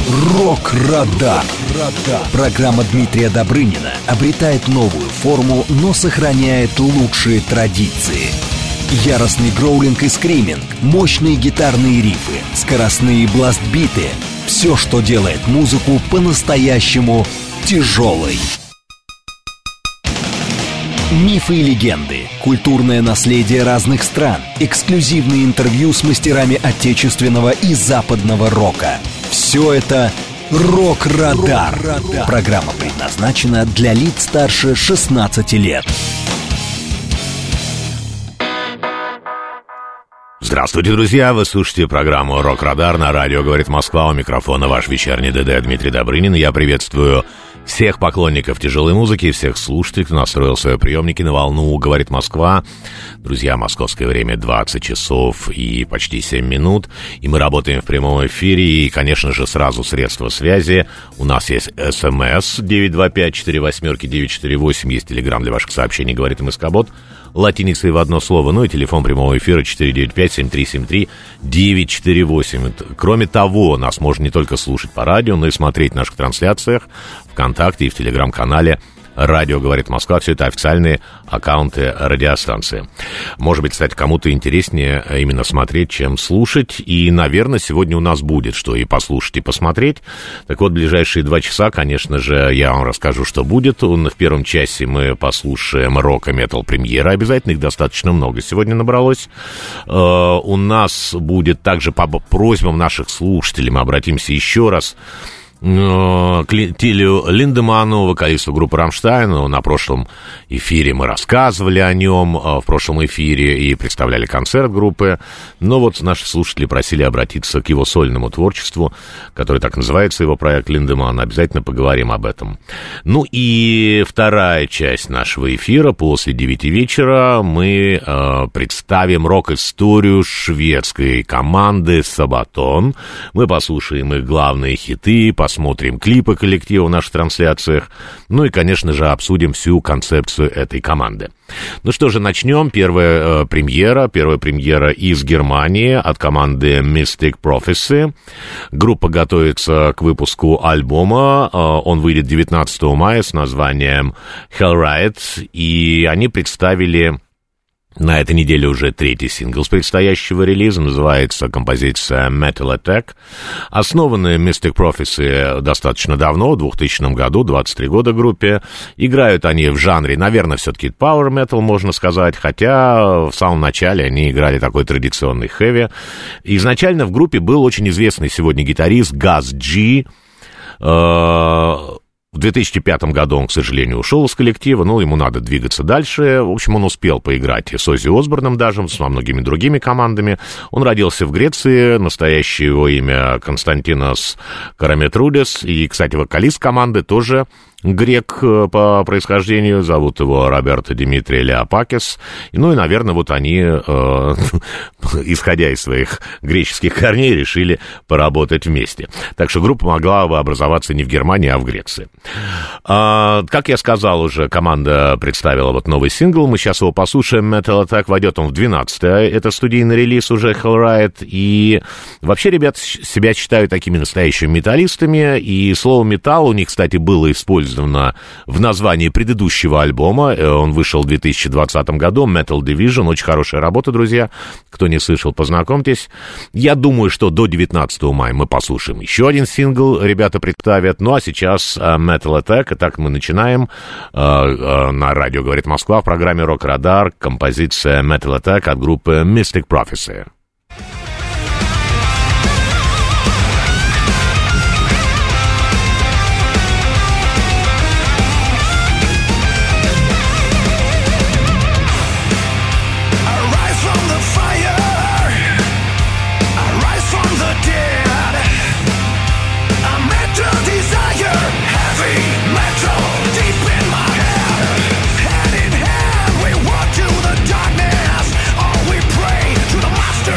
Рок-Радар. Программа Дмитрия Добрынина обретает новую форму, но сохраняет лучшие традиции. Яростный гроулинг и скриминг, мощные гитарные рифы, скоростные бласт-биты — все, что делает музыку по-настоящему тяжелой. Мифы и легенды, культурное наследие разных стран, эксклюзивные интервью с мастерами отечественного и западного рока. Все это «Рок-Радар». Программа предназначена для лиц старше 16 лет. Здравствуйте, друзья! Вы слушаете программу «Рок-Радар» на радио «Говорит Москва». У микрофона ваш вечерний ДД Дмитрий Добрынин. Я приветствую всех поклонников тяжелой музыки, всех слушателей, кто настроил свои приемники на волну «Говорит Москва». Друзья, московское время 20 часов и почти 7 минут. И мы работаем в прямом эфире. И, конечно же, сразу средства связи. У нас есть СМС 925-48-948. Есть телеграм для ваших сообщений «Говорит МСК-бот». Латиницей в одно слово. Ну и телефон прямого эфира 495-7373-948. Кроме того, нас можно не только слушать по радио, но и смотреть в наших трансляциях ВКонтакте и в телеграм-канале «Радио говорит Москва». Все это официальные аккаунты радиостанции. Может быть, кстати, кому-то интереснее именно смотреть, чем слушать. И, наверное, сегодня у нас будет что и послушать, и посмотреть. Так вот, ближайшие 2 часа, конечно же, я вам расскажу, что будет. В первом часе мы послушаем рок и метал премьеры. Обязательно их достаточно много сегодня набралось. У нас будет также по просьбам наших слушателей, мы обратимся еще раз к Тилю Линдеманну, вокалисту группы «Рамштайн». На прошлом эфире мы рассказывали о нем, в прошлом эфире, и представляли концерт группы. Но вот наши слушатели просили обратиться к его сольному творчеству, который так называется, его проект «Линдеманн». Обязательно поговорим об этом. Ну и вторая часть нашего эфира. После 9 вечера мы представим рок-историю шведской команды «Сабатон». Мы послушаем их главные хиты, посмотрим клипы коллектива в наших трансляциях, ну и, конечно же, обсудим всю концепцию этой команды. Ну что же, начнем. Первая премьера из Германии от команды Mystic Prophecy. Группа готовится к выпуску альбома, он выйдет 19 мая с названием Hell Riot, и они представили на этой неделе уже 3-й сингл с предстоящего релиза, называется композиция Metal Attack. Основаны Mystic Prophecy достаточно давно, в 2000 году, 23 года группе. Играют они в жанре, наверное, все-таки Power Metal, можно сказать, хотя в самом начале они играли такой традиционный хэви. Изначально в группе был очень известный сегодня гитарист Gaz G. В 2005 году он, к сожалению, ушел из коллектива, но ему надо двигаться дальше. В общем, он успел поиграть с Оззи Осборном даже, со многими другими командами. Он родился в Греции, настоящее его имя Константинос Караметрудис. И, кстати, вокалист команды тоже грек по происхождению, зовут его Роберто Димитрий Леопакис. Ну и, наверное, вот они, исходя из своих греческих корней, решили поработать вместе. Так что группа могла бы образоваться не в Германии, а в Греции. Как я сказал уже, команда представила вот новый сингл. Мы сейчас его послушаем. Metal Attack, войдет он в 12-й. Это студийный релиз уже Hell Riot. И вообще ребята себя считают такими настоящими металлистами. И слово «металл» у них, кстати, было использовано в названии предыдущего альбома. Он вышел в 2020 году. Metal Division. Очень хорошая работа, друзья. Кто не слышал, познакомьтесь. Я думаю, что до 19 мая мы послушаем еще один сингл. Ребята представят. Ну а сейчас Metal Attack. Итак, мы начинаем. На радио «Говорит Москва» в программе «Рок-Радар». Композиция Metal Attack от группы Mystic Prophecy. Master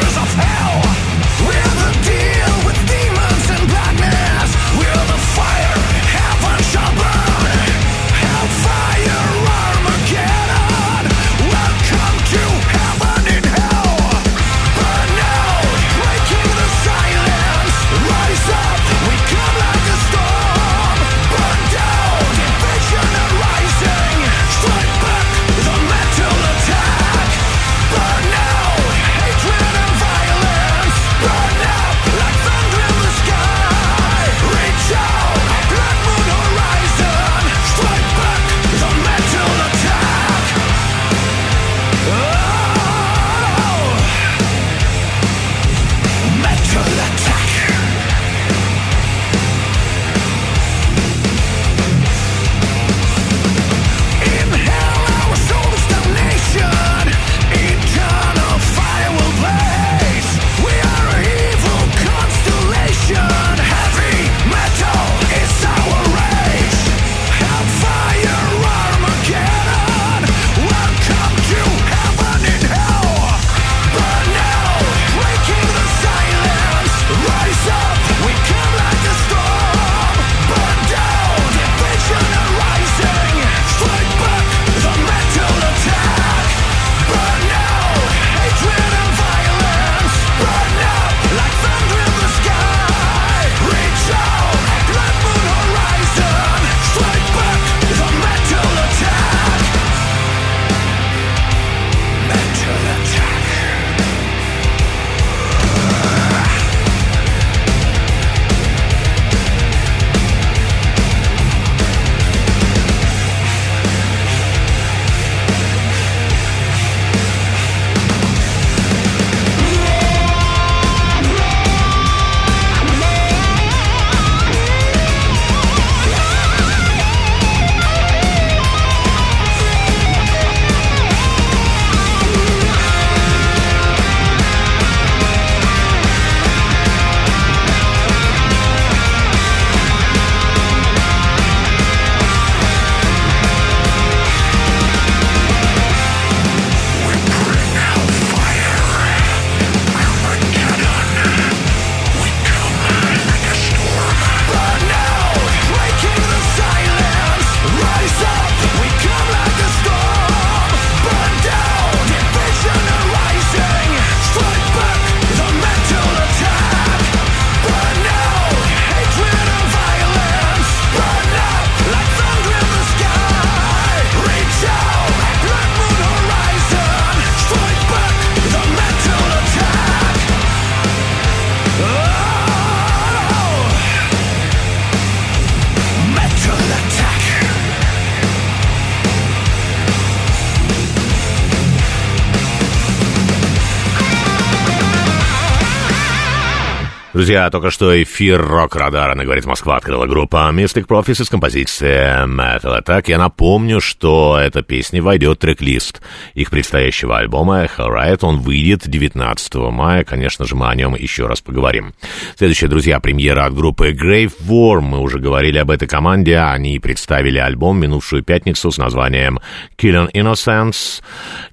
Друзья, только что эфир Рок-Радара на «Говорит Москва» открыла группа Mystic Prophecies с композицией Metal Attack. Я напомню, что эта песня войдет в трек-лист их предстоящего альбома Hellride. Он выйдет 19 мая. Конечно же, мы о нем еще раз поговорим. Следующая, друзья, премьера от группы Grave Worm. Мы уже говорили об этой команде. Они представили альбом минувшую пятницу с названием Killing Innocence.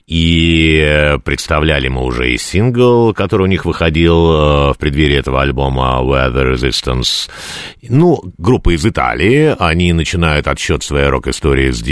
И представляли мы уже и сингл, который у них выходил в преддверии этого альбома Weather Resistance. Ну, группа из Италии, они начинают отсчет своей рок-истории с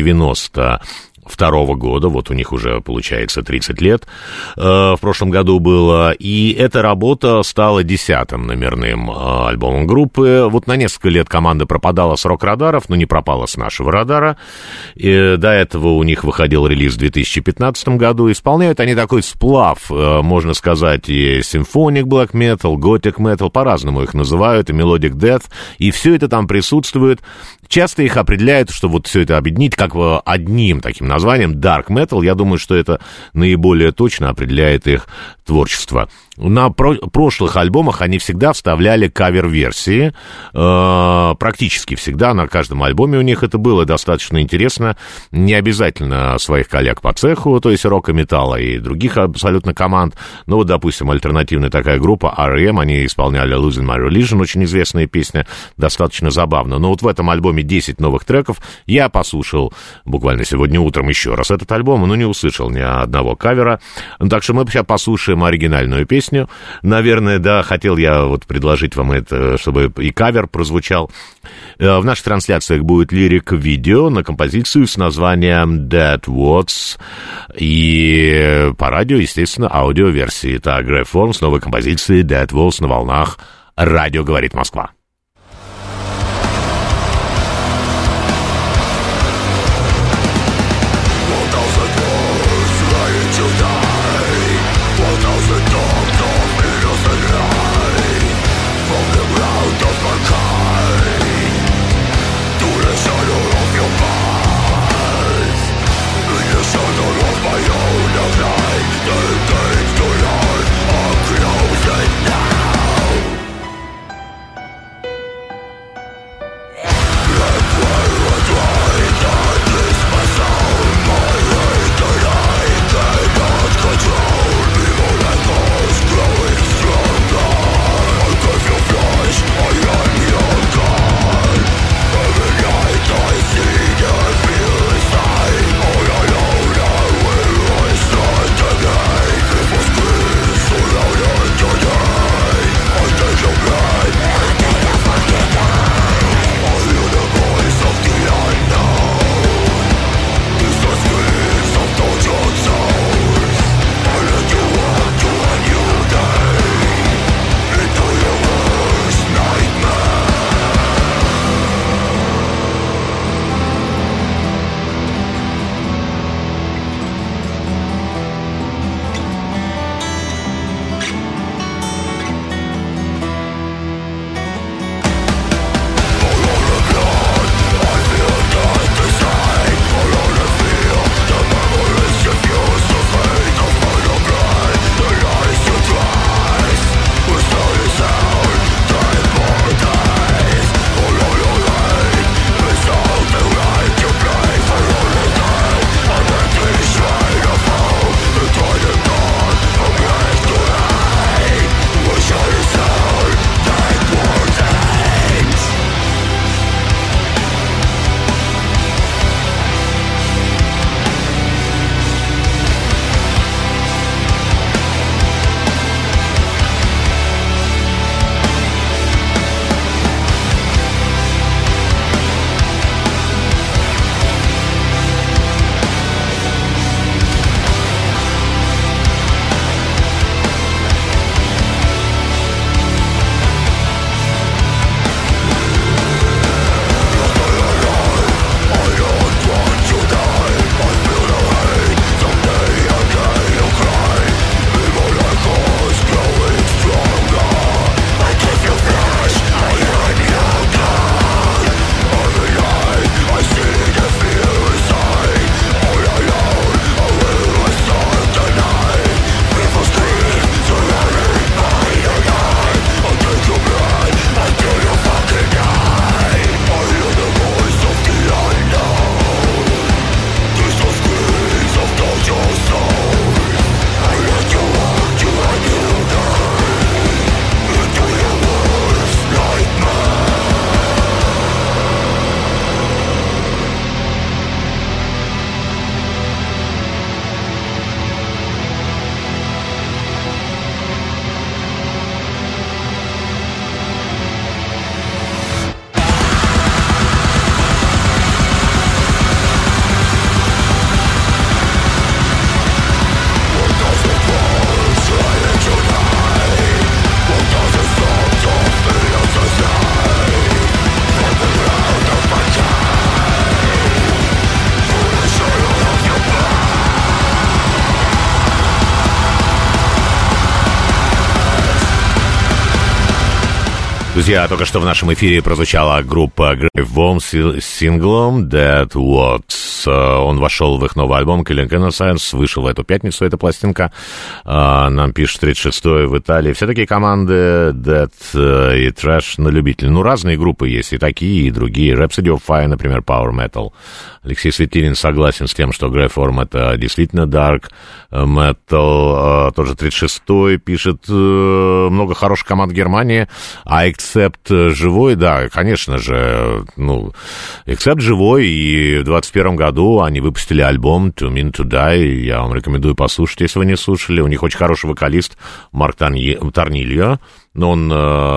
92-го года, вот у них уже, получается, 30 лет в прошлом году было, и эта работа стала 10-м номерным альбомом группы. Вот на несколько лет команда пропадала с рок-радаров, но не пропала с нашего радара. И до этого у них выходил релиз в 2015 году. Исполняют они такой сплав, можно сказать, и symphonic black metal, gothic metal, по-разному их называют, и melodic death, и все это там присутствует. Часто их определяют, что вот все это объединить как одним таким названием Dark Metal. Я думаю, что это наиболее точно определяет их творчество. На прошлых альбомах они всегда вставляли кавер-версии, практически всегда, на каждом альбоме у них это было достаточно интересно, не обязательно своих коллег по цеху, то есть рока, металла и других абсолютно команд, но вот, допустим, альтернативная такая группа R.E.M., они исполняли Losing My Religion, очень известная песня, достаточно забавно, но вот в этом альбоме 10 новых треков, я послушал буквально сегодня утром еще раз этот альбом, но не услышал ни одного кавера, так что мы сейчас послушаем оригинальную песню. Наверное, да, хотел я вот предложить вам это, чтобы и кавер прозвучал. В наших трансляциях будет лирик-видео на композицию с названием Dead Words. И по радио, естественно, аудиоверсии. Это Grave Worm с новой композицией Dead Words на волнах «Радио говорит Москва». Друзья, только что в нашем эфире прозвучала группа Gravebomb с синглом Dead Watts. Он вошел в их новый альбом Killing Innocence, вышел в эту пятницу, эта пластинка. Нам пишет 36-й в Италии. Все такие команды Dead и Trash на любителей. Ну, разные группы есть, и такие, и другие. Rhapsody of Fire, например, Power Metal. Алексей Светилин согласен с тем, что Graveform это действительно Dark Metal. Тоже 36-й пишет много хороших команд Германии. А Accept живой, да, конечно же. Ну, Accept живой, и в 21 году они выпустили альбом To Mean To Die. Я вам рекомендую послушать, если вы не слушали. У них очень хороший вокалист Марк Торнильо. Но он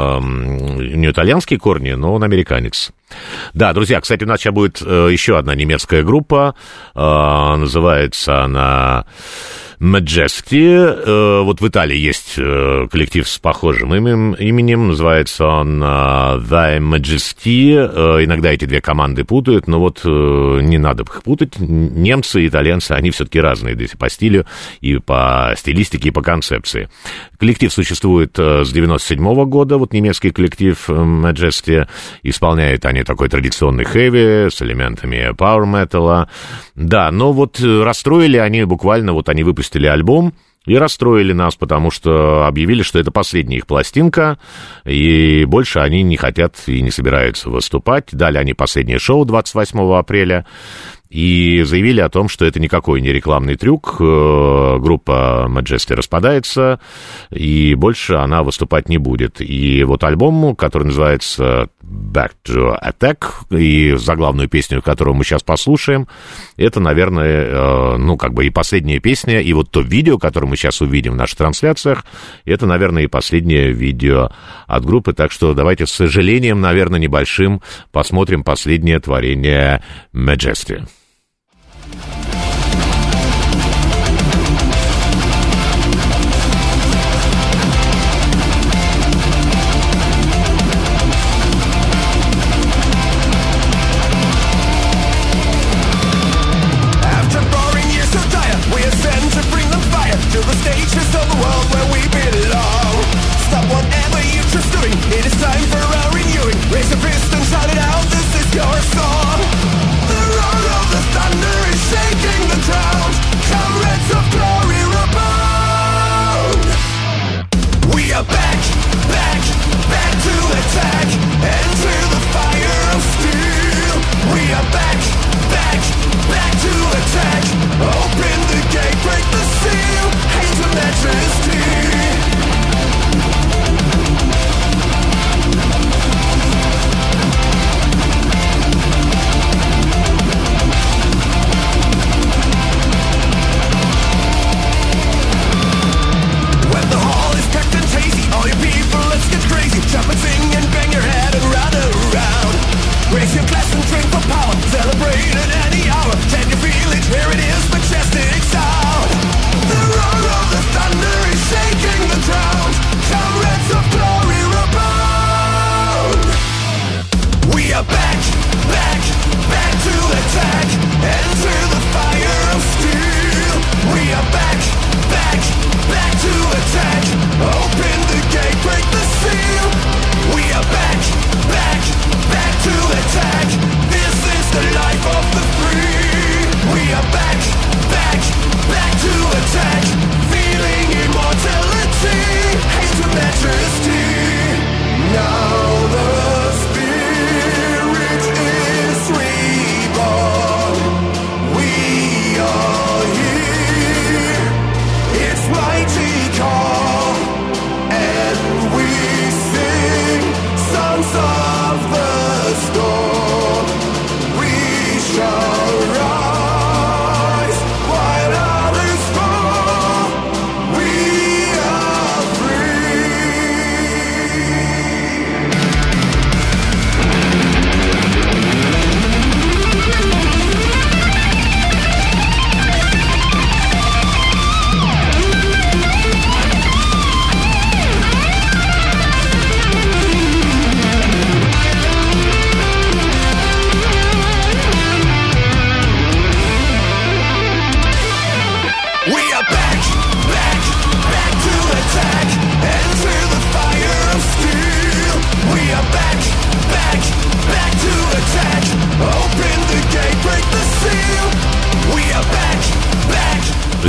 не итальянские корни, но он американец. Да, друзья, кстати, у нас сейчас будет еще одна немецкая группа. Называется она Majesty. Вот в Италии есть коллектив с похожим именем. Называется он Thy Majesty. Иногда эти две команды путают, но вот не надо их путать. Немцы и итальянцы, они все-таки разные и по стилю, и по стилистике, и по концепции. Коллектив существует с 97 года. Вот немецкий коллектив Majesty. Исполняют они такой традиционный хэви с элементами power metal. Да, но вот расстроили они буквально, вот они выпустили альбом и расстроили нас, потому что объявили, что это последняя их пластинка, и больше они не хотят и не собираются выступать. Дали они последнее шоу 28 апреля. И заявили о том, что это никакой не рекламный трюк, группа Majesty распадается, и больше она выступать не будет. И вот альбом, который называется Back to Attack, и заглавную песню, которую мы сейчас послушаем, это, наверное, ну, как бы и последняя песня, и вот то видео, которое мы сейчас увидим в наших трансляциях, это, наверное, и последнее видео от группы, так что давайте с сожалением, наверное, небольшим посмотрим последнее творение Majesty. Raise a fist and shout it out, this is your song. The road of the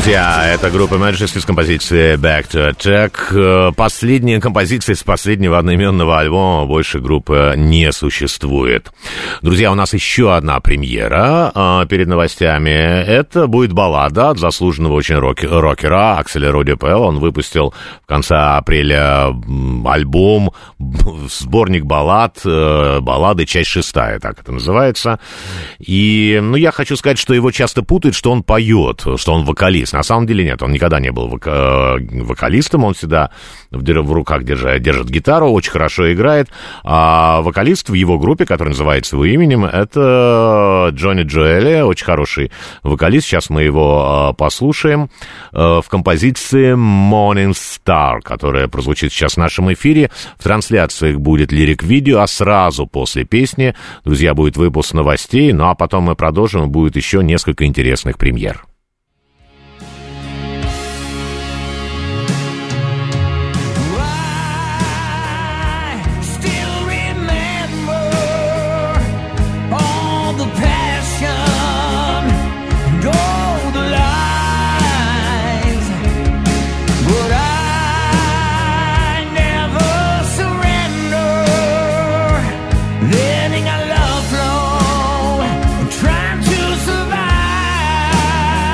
Друзья, это группа Majesty с композицией Back to Attack. Последняя композиция с последнего одноименного альбома, больше группы не существует. Друзья, у нас еще одна премьера перед новостями. Это будет баллада от заслуженного очень рокера Акселя Руди Пелла. Он выпустил в конце апреля альбом, сборник баллад, баллады часть 6, так это называется. И, я хочу сказать, что его часто путают, что он поет, что он вокалист. На самом деле нет, он никогда не был вокалистом, он всегда в руках держит гитару, очень хорошо играет. А вокалист в его группе, который называется его именем, это Джонни Джоэли, очень хороший вокалист. Сейчас мы его послушаем в композиции Morning Star, которая прозвучит сейчас в нашем эфире. В трансляциях будет лирик-видео, а сразу после песни, друзья, будет выпуск новостей, ну а потом мы продолжим, и будет еще несколько интересных премьер. Letting our love flow, trying to survive.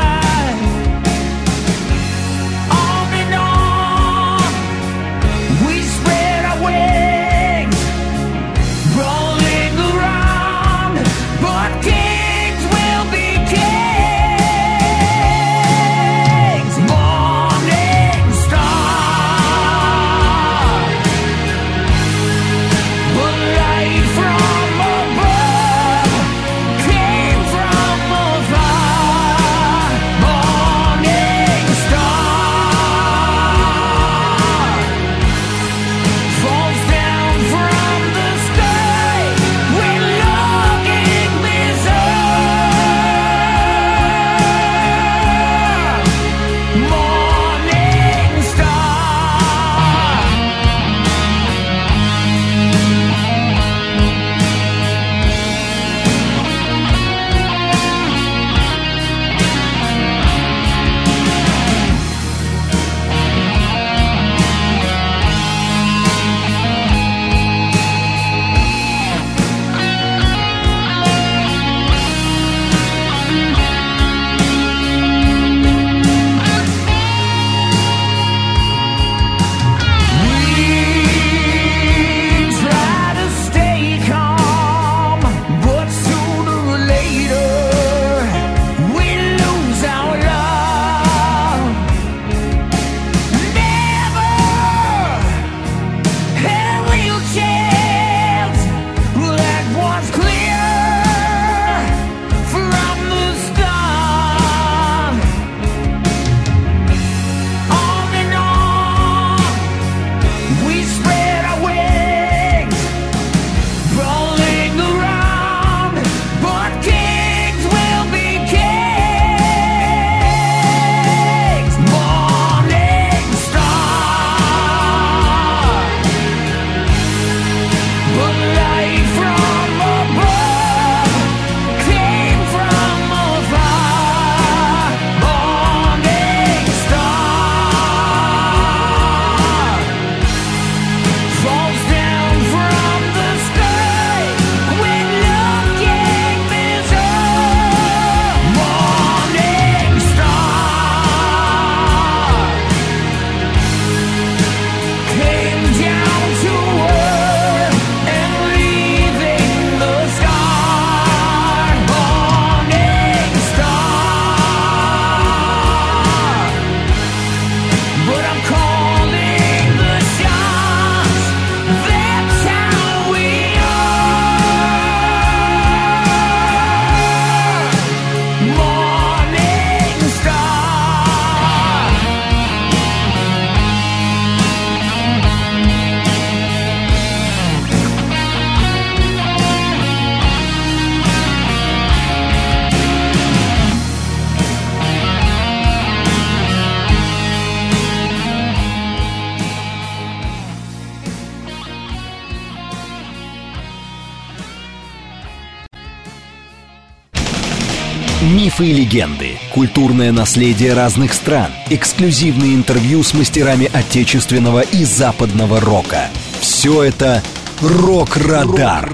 Мифы и легенды, культурное наследие разных стран, эксклюзивные интервью с мастерами отечественного и западного рока. Все это «Рок-Радар».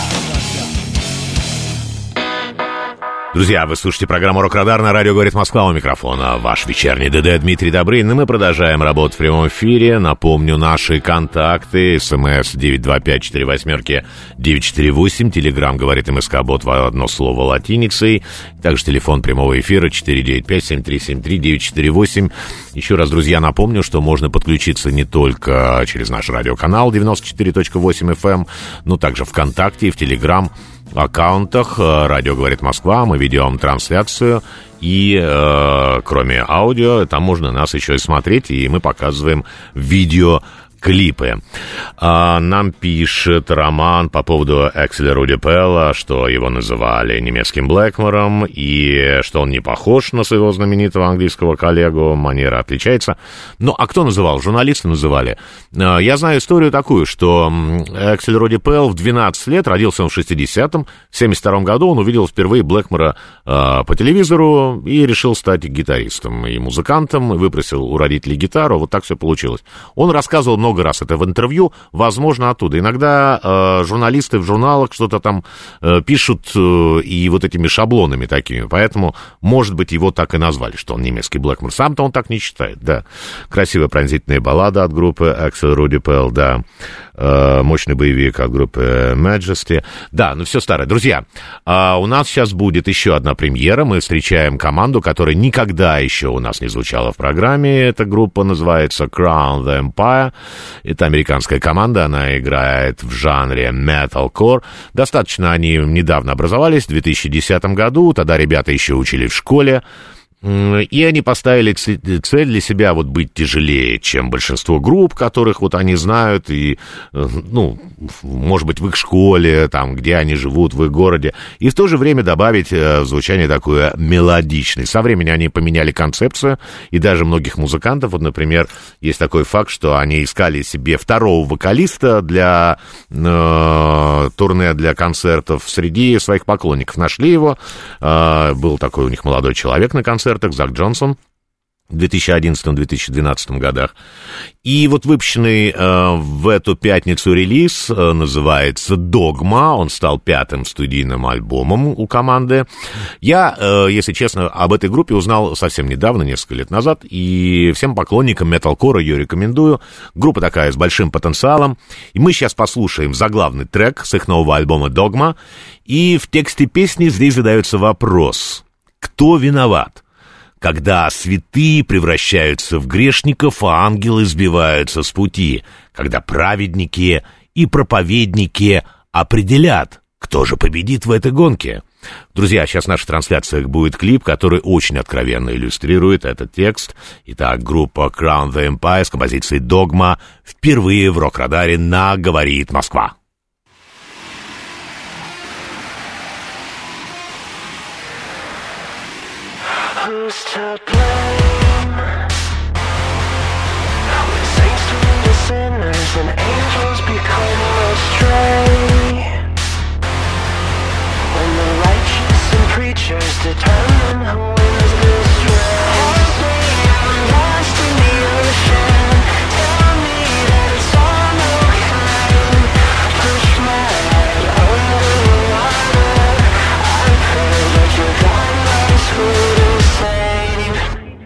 Друзья, вы слушаете программу «Рок-Радар» на радио «Говорит Москва», у микрофона ваш вечерний ДД Дмитрий Добрынин. И мы продолжаем работу в прямом эфире. Напомню, наши контакты. СМС 925-48-948. Телеграм «Говорит МСК», бот в одно слово латиницей. Также телефон прямого эфира 495-7373-948. Еще раз, друзья, напомню, что можно подключиться не только через наш радиоканал 94.8 FM, но также ВКонтакте и в Телеграм аккаунтах «Радио говорит Москва». Мы ведем трансляцию, и кроме аудио, там можно нас еще и смотреть, и мы показываем видеоклипы. Нам пишет Роман по поводу Экселя Руди Пелла, что его называли немецким Блэкмором, и что он не похож на своего знаменитого английского коллегу, манера отличается. Ну, а кто называл? Журналисты называли. Я знаю историю такую, что Эксель Руди Пелл в 12 лет, родился он в 60-м, в 72-м году он увидел впервые Блэкмора по телевизору и решил стать гитаристом и музыкантом, выпросил у родителей гитару, вот так все получилось. Он рассказывал много раз это в интервью, возможно, оттуда. Иногда журналисты в журналах что-то там пишут и вот этими шаблонами такими, поэтому, может быть, его так и назвали, что он немецкий Блэкмор. Сам-то он так не считает, да. Красивая пронзительная баллада от группы Эксель Руди Пелл, да. Мощный боевик от группы Majesty. Да, ну все старое. Друзья, у нас сейчас будет еще одна премьера. Мы встречаем команду, которая никогда еще у нас не звучала в программе. Эта группа называется Crown the Empire. Это американская команда, она играет в жанре metalcore. Достаточно они недавно образовались, в 2010 году. Тогда ребята еще учили в школе. И они поставили цель для себя вот быть тяжелее, чем большинство групп, которых вот они знают, и, ну, может быть, в их школе, там, где они живут, в их городе, и в то же время добавить в звучание такое мелодичное. Со временем они поменяли концепцию, и даже многих музыкантов, вот, например, есть такой факт, что они искали себе второго вокалиста для турне, для концертов, среди своих поклонников нашли его, был такой у них молодой человек на концерте, Зак Джонсон, в 2011-2012 годах. И вот выпущенный в эту пятницу релиз называется «Догма». Он стал 5-м студийным альбомом у команды. Я, если честно, об этой группе узнал совсем недавно, несколько лет назад, и всем поклонникам металкора ее рекомендую. Группа такая с большим потенциалом. И мы сейчас послушаем заглавный трек с их нового альбома «Догма». И в тексте песни здесь задается вопрос: кто виноват, когда святые превращаются в грешников, а ангелы сбиваются с пути, когда праведники и проповедники определят, кто же победит в этой гонке? Друзья, сейчас в наших трансляциях будет клип, который очень откровенно иллюстрирует этот текст. Итак, группа Crown the Empire с композицией «Догма» впервые в «Рок-Радаре» на «Говорит Москва». Who's to blame? When saints turn into sinners and angels become astray, when the righteous and preachers determine who wins this race. Help me, I'm lost in the ocean. Tell me that it's all no kind. Push my head under the water. I pray that your God knows who to save.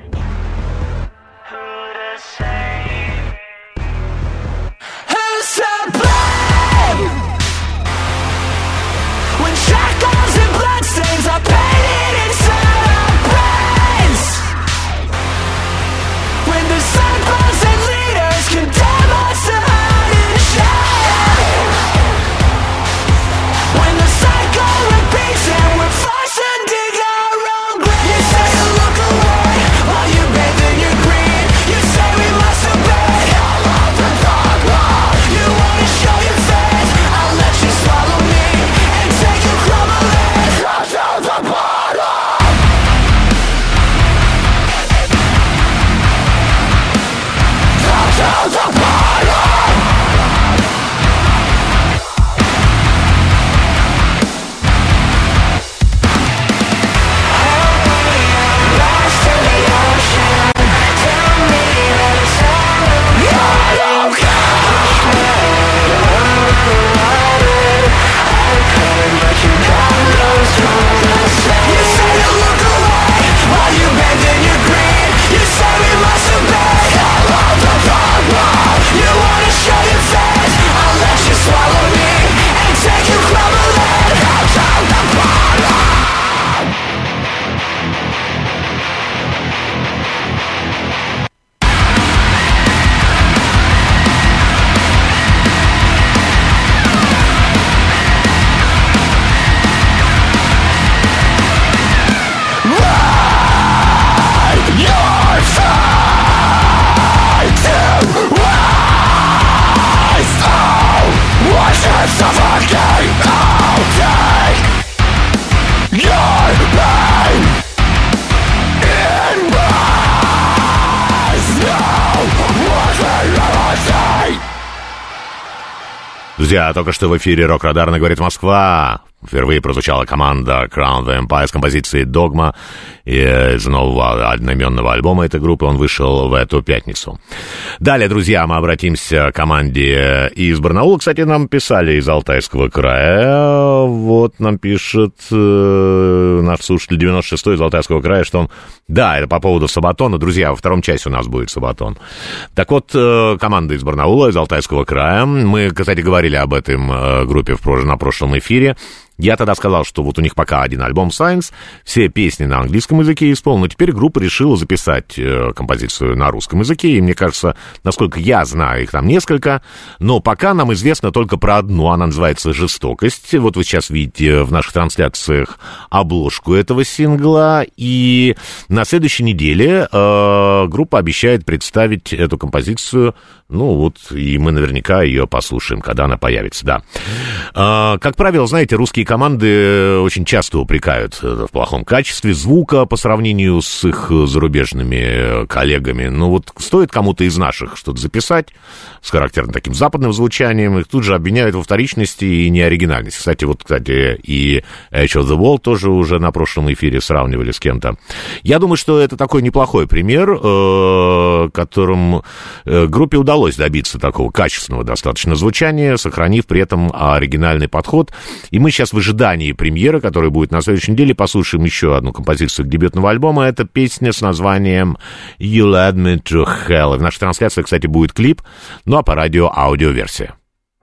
Друзья, только что в эфире «Рок-радарно» говорит Москва. Впервые прозвучала команда Crown the Empire с композицией «Dogma» из нового одноименного альбома этой группы. Он вышел в эту пятницу. Далее, друзья, мы обратимся к команде из Барнаула. Кстати, нам писали из Алтайского края. Вот нам пишет наш слушатель 96-й из Алтайского края, что он... Да, это по поводу Сабатона. Друзья, во втором часе у нас будет Сабатон. Так вот, команда из Барнаула, из Алтайского края. Мы, кстати, говорили об этом группе на прошлом эфире. Я тогда сказал, что вот у них пока один альбом Science, все песни на английском языке исполнены, но теперь группа решила записать композицию на русском языке, и мне кажется, насколько я знаю, их там несколько, но пока нам известно только про одну, она называется «Жестокость». Вот вы сейчас видите в наших трансляциях обложку этого сингла, и на следующей неделе группа обещает представить эту композицию, ну вот, и мы наверняка ее послушаем, когда она появится, да. Как правило, знаете, русские команды очень часто упрекают в плохом качестве звука по сравнению с их зарубежными коллегами. Ну вот стоит кому-то из наших что-то записать с характерным таким западным звучанием, их тут же обвиняют во вторичности и неоригинальности. Кстати, и Edge of the World тоже уже на прошлом эфире сравнивали с кем-то. Я думаю, что это такой неплохой пример, которым группе удалось добиться такого качественного достаточно звучания, сохранив при этом оригинальный подход. И мы сейчас в ожидании премьеры, которая будет на следующей неделе, послушаем еще одну композицию дебютного альбома. Это песня с названием You Led Me to Hell. И в нашей трансляции, кстати, будет клип, ну а по радио аудиоверсия.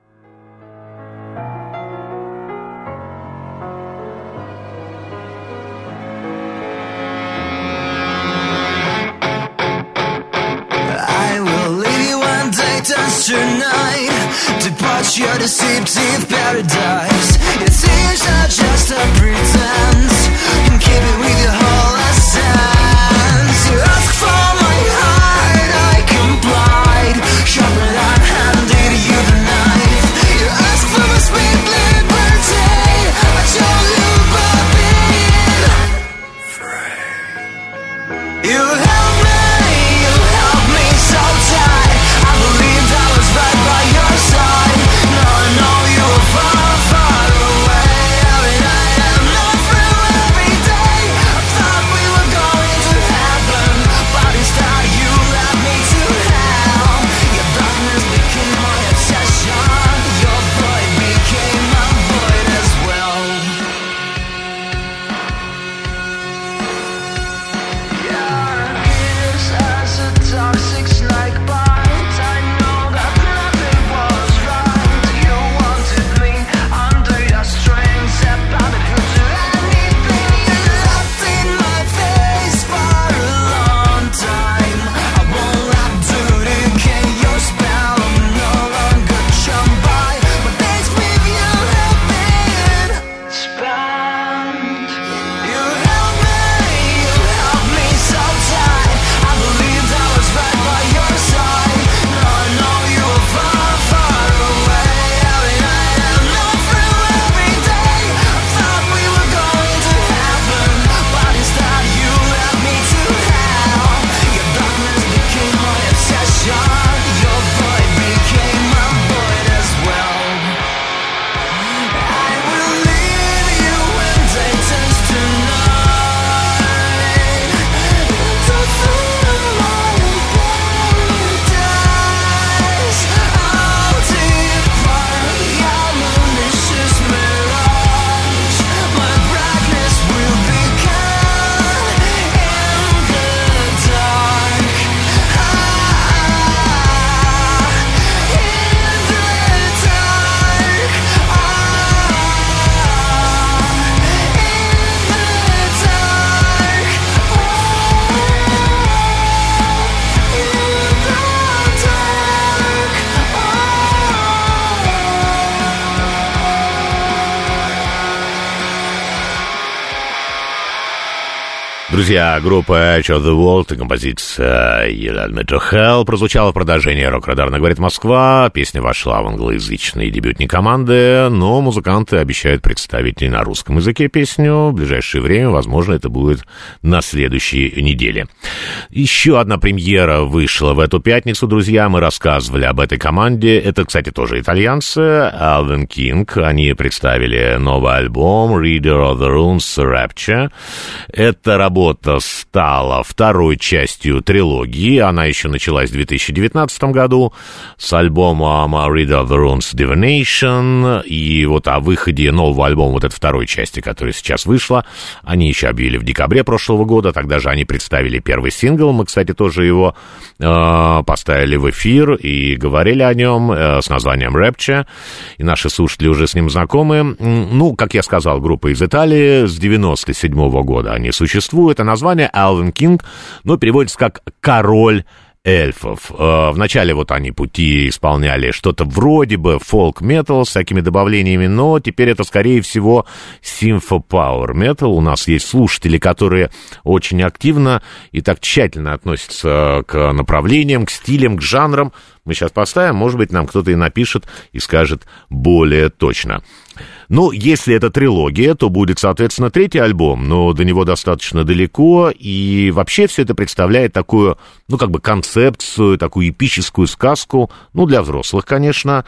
Tonight, depart your deceptive paradise. It seems not just a pretense. And keep it with your whole essence. You ask for my heart, I complied. Sharper than handed you the knife. You ask for my sweet liberty. I told you about being free. You help me so tight. I believed I was right by your side. Now I know you were far, far Друзья, группа Edge of the World и композиция «Yell at Me to Hell» прозвучала в продолжении «Рок-Радар» говорит Москва. Песня вошла в англоязычный дебютник команды, но музыканты обещают представить и на русском языке песню. В ближайшее время, возможно, это будет на следующей неделе. Еще одна премьера вышла в эту пятницу, друзья. Мы рассказывали об этой команде. Это, кстати, тоже итальянцы, Alvin King. Они представили новый альбом «Reader of the Runes Rapture». Эта работа стала второй частью трилогии. Она еще началась в 2019 году с альбомом Reader of the Runes Divination. И вот о выходе нового альбома, вот этой второй части, которая сейчас вышла, они еще объявили в декабре прошлого года. Тогда же они представили первый сингл. Мы, кстати, тоже его поставили в эфир и говорили о нем с названием Rapture. И наши слушатели уже с ним знакомы. Ну, как я сказал, группа из Италии. С 97 года они существуют. А название Alvin King, ну, переводится как «король эльфов». Вначале вот они пути исполняли что-то вроде бы фолк-метал с всякими добавлениями, но теперь это, скорее всего, симфо-пауэр-метал. У нас есть слушатели, которые очень активно и так тщательно относятся к направлениям, к стилям, к жанрам. Мы сейчас поставим, может быть, нам кто-то и напишет и скажет более точно. Ну, если это трилогия, то будет, соответственно, третий альбом, но до него достаточно далеко, и вообще все это представляет такую, ну, как бы концепцию, такую эпическую сказку, ну, для взрослых, конечно,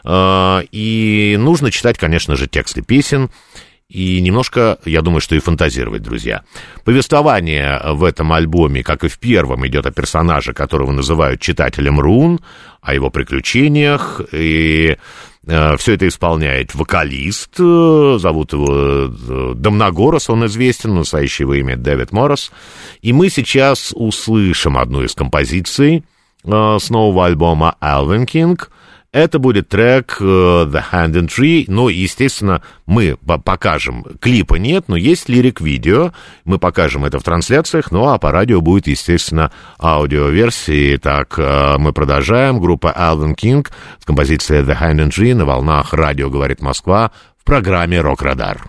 и нужно читать, конечно же, тексты песен, и немножко, я думаю, что и фантазировать, друзья. Повествование в этом альбоме, как и в первом, идет о персонаже, которого называют читателем рун, о его приключениях, и все это исполняет вокалист, зовут его Домногорос, он известен, настоящее его имя Дэвид Моррис. И мы сейчас услышим одну из композиций с нового альбома Alvin King. Это будет трек The Hand and Tree. Ну, естественно, мы покажем, клипа нет, но есть лирик-видео. Мы покажем это в трансляциях, ну, а по радио будет, естественно, аудиоверсии. Так, мы продолжаем. Группа Alvin King с композицией The Hand and Tree на волнах «Радио говорит Москва» в программе «Рок-Радар».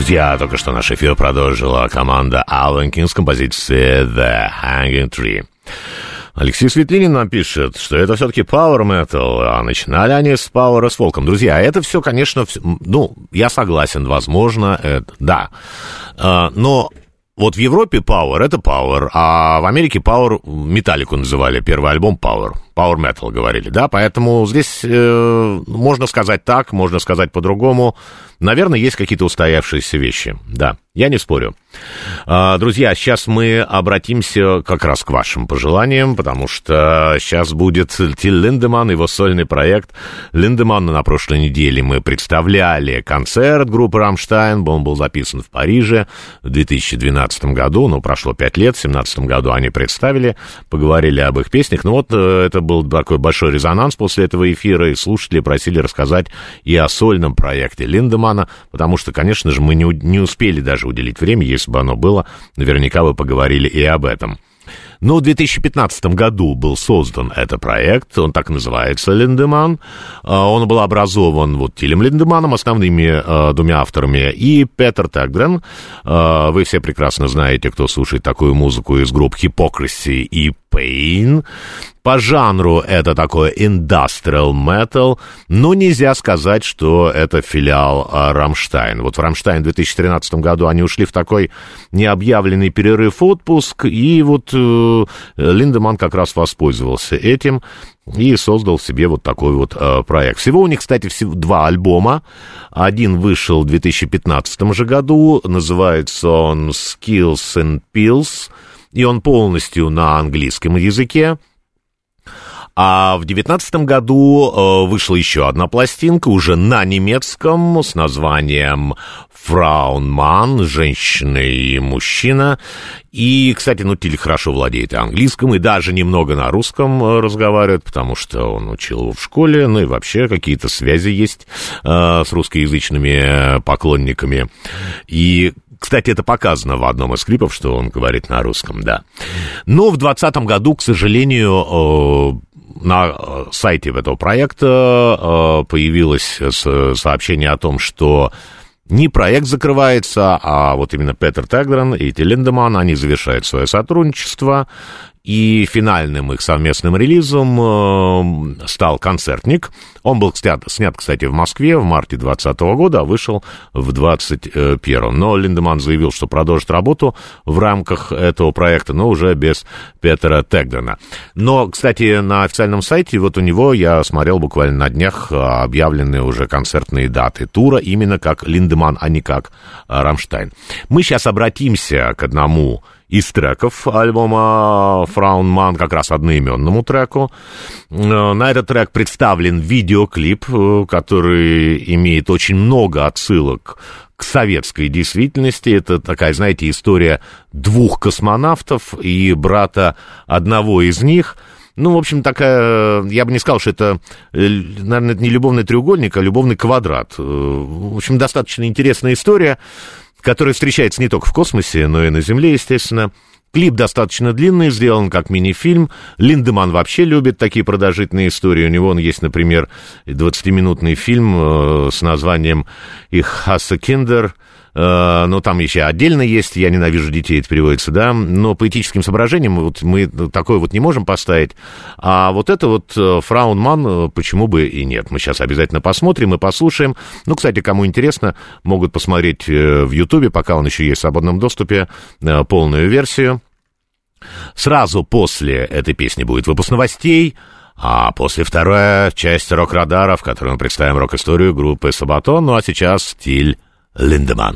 Друзья, только что наш эфир продолжила команда Alvin King с композицией The Hanging Tree. Алексей Светлинин нам пишет, что это все-таки Power Metal, а начинали они с Power с фолком. Друзья, это все, конечно, ну, я согласен, возможно, да. Но вот в Европе Power — это Power, а в Америке Power Металлику называли, первый альбом Power Metal говорили, да, поэтому здесь можно сказать так, можно сказать по-другому. Наверное, есть какие-то устоявшиеся вещи, да, я не спорю. Друзья, сейчас мы обратимся как раз к вашим пожеланиям, потому что сейчас будет Тиль Линдеманн, его сольный проект Линдеманна. На прошлой неделе мы представляли концерт группы «Рамштайн», он был записан в Париже в 2012 году, ну, прошло 5 лет, в 2017 году они представили, поговорили об их песнях, ну, вот это был такой большой резонанс после этого эфира, и слушатели просили рассказать и о сольном проекте Линдеманна, потому что, конечно же, мы не успели даже уделить время, если бы оно было, наверняка вы поговорили и об этом. Но в 2015 году был создан этот проект, он так называется, Линдеманн. Он был образован вот Тилем Линдеманном, основными двумя авторами, и Петер Тегдрен. Вы все прекрасно знаете, кто слушает такую музыку из групп Hypocrisy и Pain. По жанру это такой industrial metal, но нельзя сказать, что это филиал Рамштайн. Вот в Рамштайн в 2013 году они ушли в такой необъявленный перерыв, отпуск, и вот Линдеманн как раз воспользовался этим и создал себе вот такой вот проект. Всего у них, кстати, всего 2 альбома. Один вышел в 2015 же году, называется он Skills and Pills, и он полностью на английском языке. А в 2019 году вышла еще одна пластинка, уже на немецком, с названием «Frau und Mann», «Женщина и мужчина». И, кстати, ну, Тиль хорошо владеет и английским, и даже немного на русском разговаривает, потому что он учил его в школе, ну и вообще какие-то связи есть с русскоязычными поклонниками. И, кстати, это показано в одном из клипов, что он говорит на русском, да. Но в 2020 году, к сожалению, на сайте этого проекта появилось сообщение о том, что не проект закрывается, а вот именно Петер Тегдрен и Тиль Линдеманн, они завершают свое сотрудничество, и финальным их совместным релизом стал «Концертник». Он был снят, кстати, в Москве в марте 2020 года, а вышел в 2021. Но Линдеманн заявил, что продолжит работу в рамках этого проекта, но уже без Петера Тегдрена. Но, кстати, на официальном сайте, вот у него, я смотрел буквально на днях, объявлены уже концертные даты тура, именно как Линдеманн, а не как Рамштайн. Мы сейчас обратимся к одному из треков альбома «Frau und Mann», как раз одноименному треку. На этот трек представлен видеоклип, который имеет очень много отсылок к советской действительности. Это такая, знаете, история 2 космонавтов и брата одного из них. Ну, в общем, такая, я бы не сказал, что это, наверное, это не любовный треугольник, а любовный квадрат. В общем, достаточно интересная история, который встречается не только в космосе, но и на Земле, естественно. Клип достаточно длинный, сделан как мини-фильм. Линдеманн вообще любит такие продолжительные истории. У него есть, например, 20-минутный фильм с названием «Ich hasse Kinder». Но там еще отдельно есть «Я ненавижу детей», это переводится, да, но по этическим соображениям вот мы такое вот не можем поставить, а вот это вот «Frau und Mann», почему бы и нет, мы сейчас обязательно посмотрим и послушаем. Ну, кстати, кому интересно, могут посмотреть в Ютубе, пока он еще есть в свободном доступе, полную версию. Сразу после этой песни будет выпуск новостей, а после вторая часть «Рок-радара», в которой мы представим рок-историю группы «Сабатон». Ну, а сейчас Тиль Линдеманн.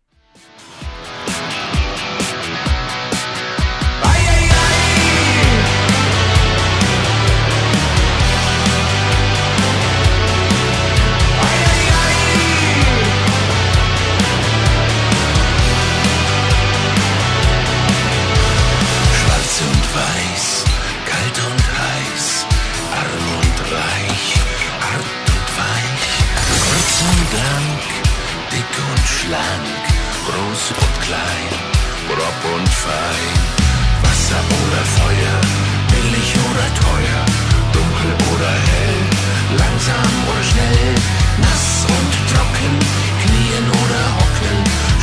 Schwarz und weiß, kalt und heiß, arm und reich, hart und weich, kurz und lang, dick und schlank, groß und klein, grob und fein, Wasser oder Feuer, billig oder teuer, dunkel oder hell, langsam oder schnell, nass und trocken, knien oder hocken,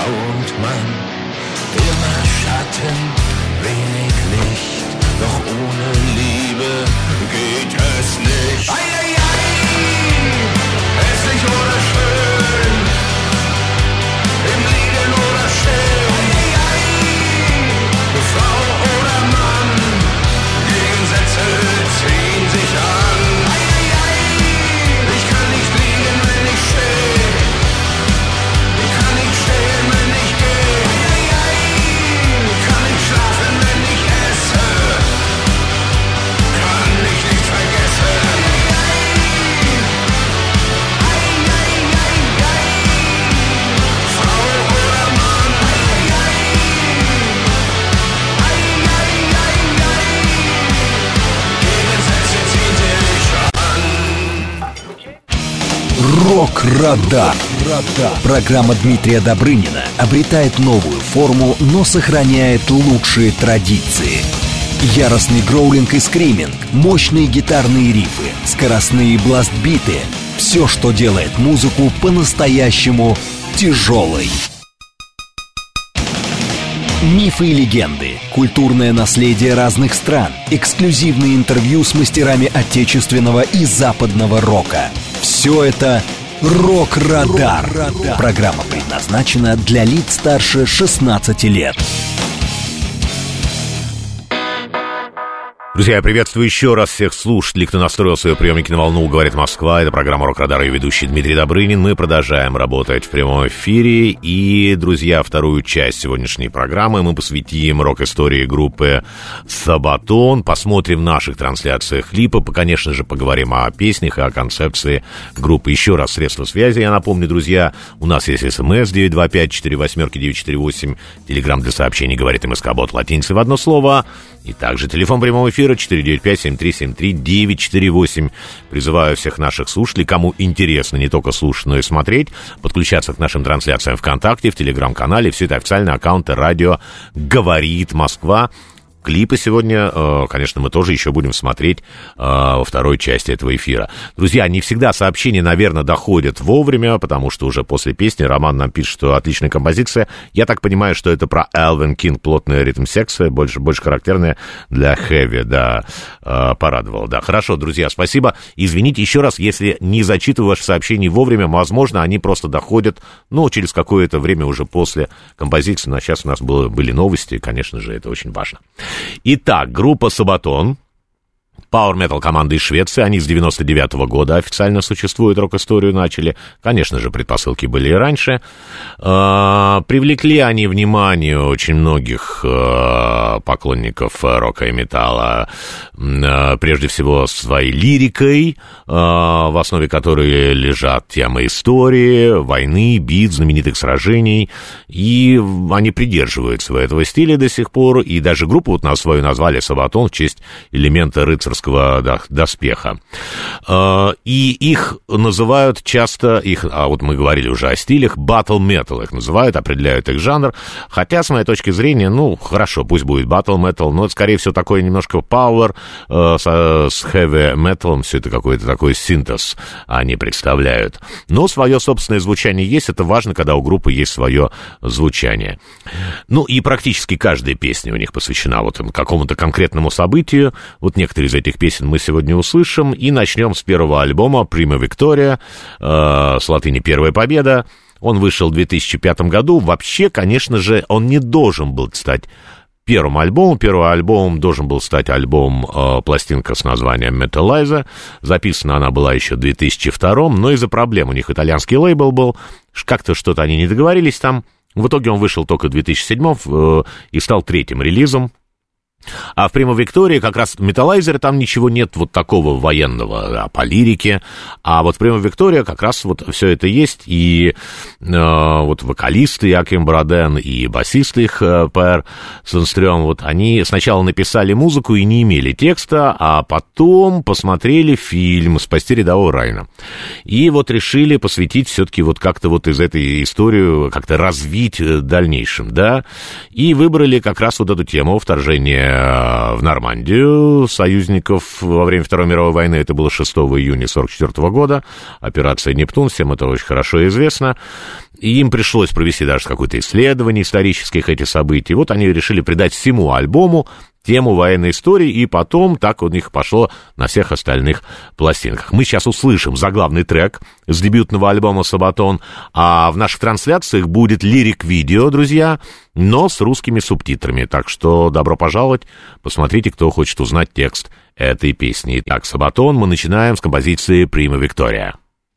Frau und Mann, immer Schatten, wenig Licht, doch ohne Liebe geht es nicht. Ei, ei, ei, hässlich oder schön, im Liegen oder Stehen, ei, ei, ei, Frau oder Mann, Gegensätze ziehen sich an. Ei, ei, ei, ich kann nicht liegen, wenn ich stehe, ich kann nicht stehen, wenn ich gehe, ei, ei, ei, kann nicht schlafen, wenn ich esse, kann ich nicht vergessen. Ei, ei, ei, ei, Frau oder Mann, ei, ei, ei, ei, ei, Gegensätze ziehen sich an. Рок-радар. Программа Дмитрия Добрынина обретает новую форму, но сохраняет лучшие традиции. Яростный гроулинг и скриминг, мощные гитарные рифы, скоростные бластбиты — все, что делает музыку по-настоящему тяжелой. Мифы и легенды, культурное наследие разных стран, эксклюзивные интервью с мастерами отечественного и западного рока. Все это «Рок-радар». Программа предназначена для лиц старше 16 лет. Друзья, я приветствую еще раз всех слушателей, кто настроил свои приемники на волну «Говорит Москва». Это программа «Рок-радар» и ведущий Дмитрий Добрынин. Мы продолжаем работать в прямом эфире. И, друзья, вторую часть сегодняшней программы мы посвятим рок-истории группы «Сабатон». Посмотрим в наших трансляциях клипы. Конечно же, поговорим о песнях и о концепции группы. Еще раз, средства связи, я напомню, друзья, у нас есть СМС 925-48-948, телеграм для сообщений «Говорит МСК-бот» латиницей в одно слово. И также телефон прямого эфира 495-7373-948. Призываю всех наших слушателей, кому интересно не только слушать, но и смотреть, подключаться к нашим трансляциям ВКонтакте, в Телеграм-канале. Все это официальные аккаунты радио «Говорит Москва». Клипы сегодня, конечно, мы тоже еще будем смотреть во второй части этого эфира. Друзья, не всегда сообщения, наверное, доходят вовремя, потому что уже после песни Роман нам пишет, что отличная композиция. Я так понимаю, что это про Элвин Кинг, плотная ритм-секция, больше характерная для хэви, да, порадовал, да. Хорошо, друзья, спасибо. Извините еще раз, если не зачитываю ваши сообщения вовремя, возможно, они просто доходят, через какое-то время уже после композиции, но сейчас у нас были новости, конечно же, это очень важно. Итак, группа «Сабатон», пауэр-метал команда из Швеции, они с 99-го года официально существуют, рок-историю начали. Конечно же, предпосылки были и раньше. Привлекли они внимание очень многих поклонников рока и металла, прежде всего своей лирикой, в основе которой лежат темы истории, войны, битв, знаменитых сражений. И они придерживаются этого стиля до сих пор. И даже группу вот свою назвали «Сабатон» в честь элемента рыцарского доспеха. И их называют часто, вот мы говорили уже о стилях, battle metal их называют, определяют их жанр, хотя, с моей точки зрения, хорошо, пусть будет battle metal, но это, скорее всего, такое немножко power с heavy metal, все это какой-то такой синтез они представляют. Но свое собственное звучание есть, это важно, когда у группы есть свое звучание. И практически каждая песня у них посвящена вот какому-то конкретному событию, вот некоторые из этих песен мы сегодня услышим, и начнем с первого альбома «Prima Victoria», с латыни «Первая победа». Он вышел в 2005 году. Вообще, конечно же, он не должен был стать первым альбомом. Первый альбом должен был стать пластинка с названием «Metalizer». Записана она была еще в 2002, но из-за проблем у них итальянский лейбл был, как-то что-то они не договорились там. В итоге он вышел только в 2007 и стал третьим релизом. А в «Prima Victoria» как раз в «Металлайзере» там ничего нет вот такого военного, по лирике. А вот в «Prima Victoria» как раз вот все это есть. И вот вокалисты Яким Броден и басисты их Пер Сенстрём, вот они сначала написали музыку и не имели текста, а потом посмотрели фильм «Спасти рядового Райана». И вот решили посвятить все-таки вот как-то вот из этой истории, как-то развить в дальнейшем, да. И выбрали как раз вот эту тему вторжения наступление в Нормандию союзников во время Второй мировой войны. Это было 6 июня 1944 года. Операция «Нептун», всем это очень хорошо известно. И им пришлось провести даже какое-то исследование исторических этих событий. Вот они решили придать всему альбому тему военной истории, и потом так у них пошло на всех остальных пластинках. Мы сейчас услышим заглавный трек с дебютного альбома «Сабатон», а в наших трансляциях будет лирик-видео, друзья, но с русскими субтитрами. Так что добро пожаловать, посмотрите, кто хочет узнать текст этой песни. Итак, «Сабатон» мы начинаем с композиции «Прима Виктория».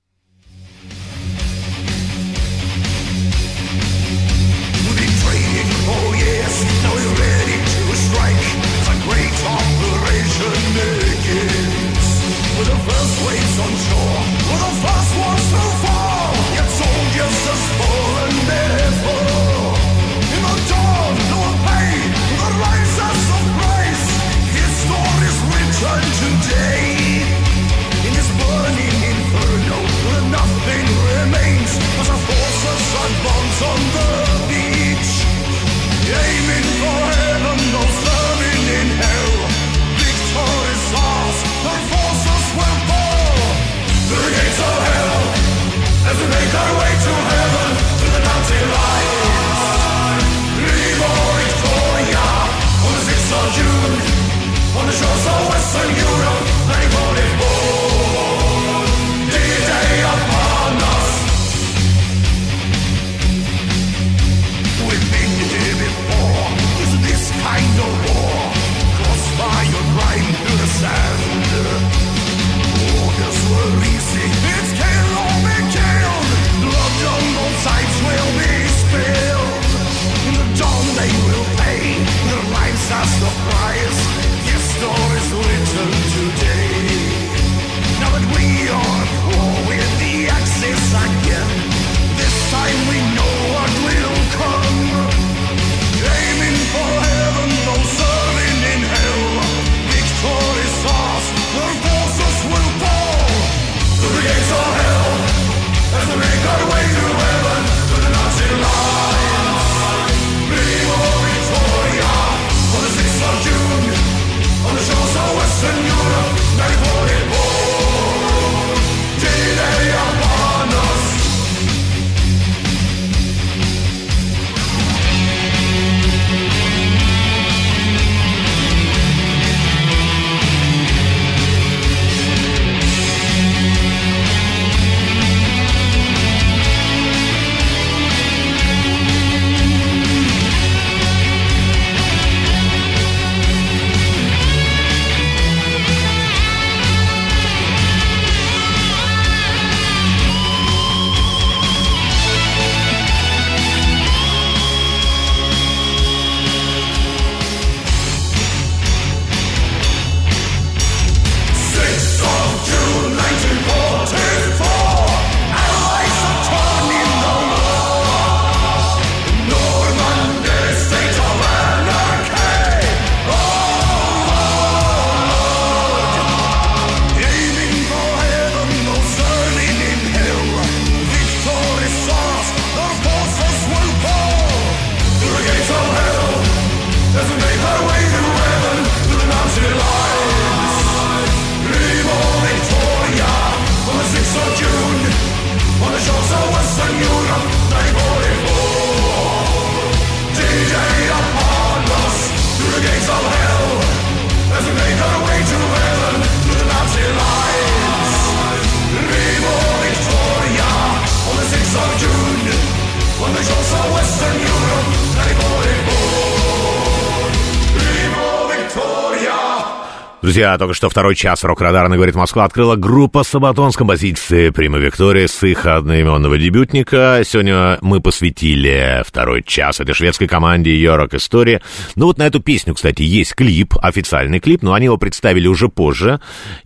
Друзья, только что второй час «Рок-Радара» говорит Москва открыла группа «Сабатон» с композицией «Прима Виктория» с их одноименного дебютника. Сегодня мы посвятили второй час этой шведской команде ее рок-истории. Ну вот на эту песню, кстати, есть клип, официальный клип, но они его представили уже позже.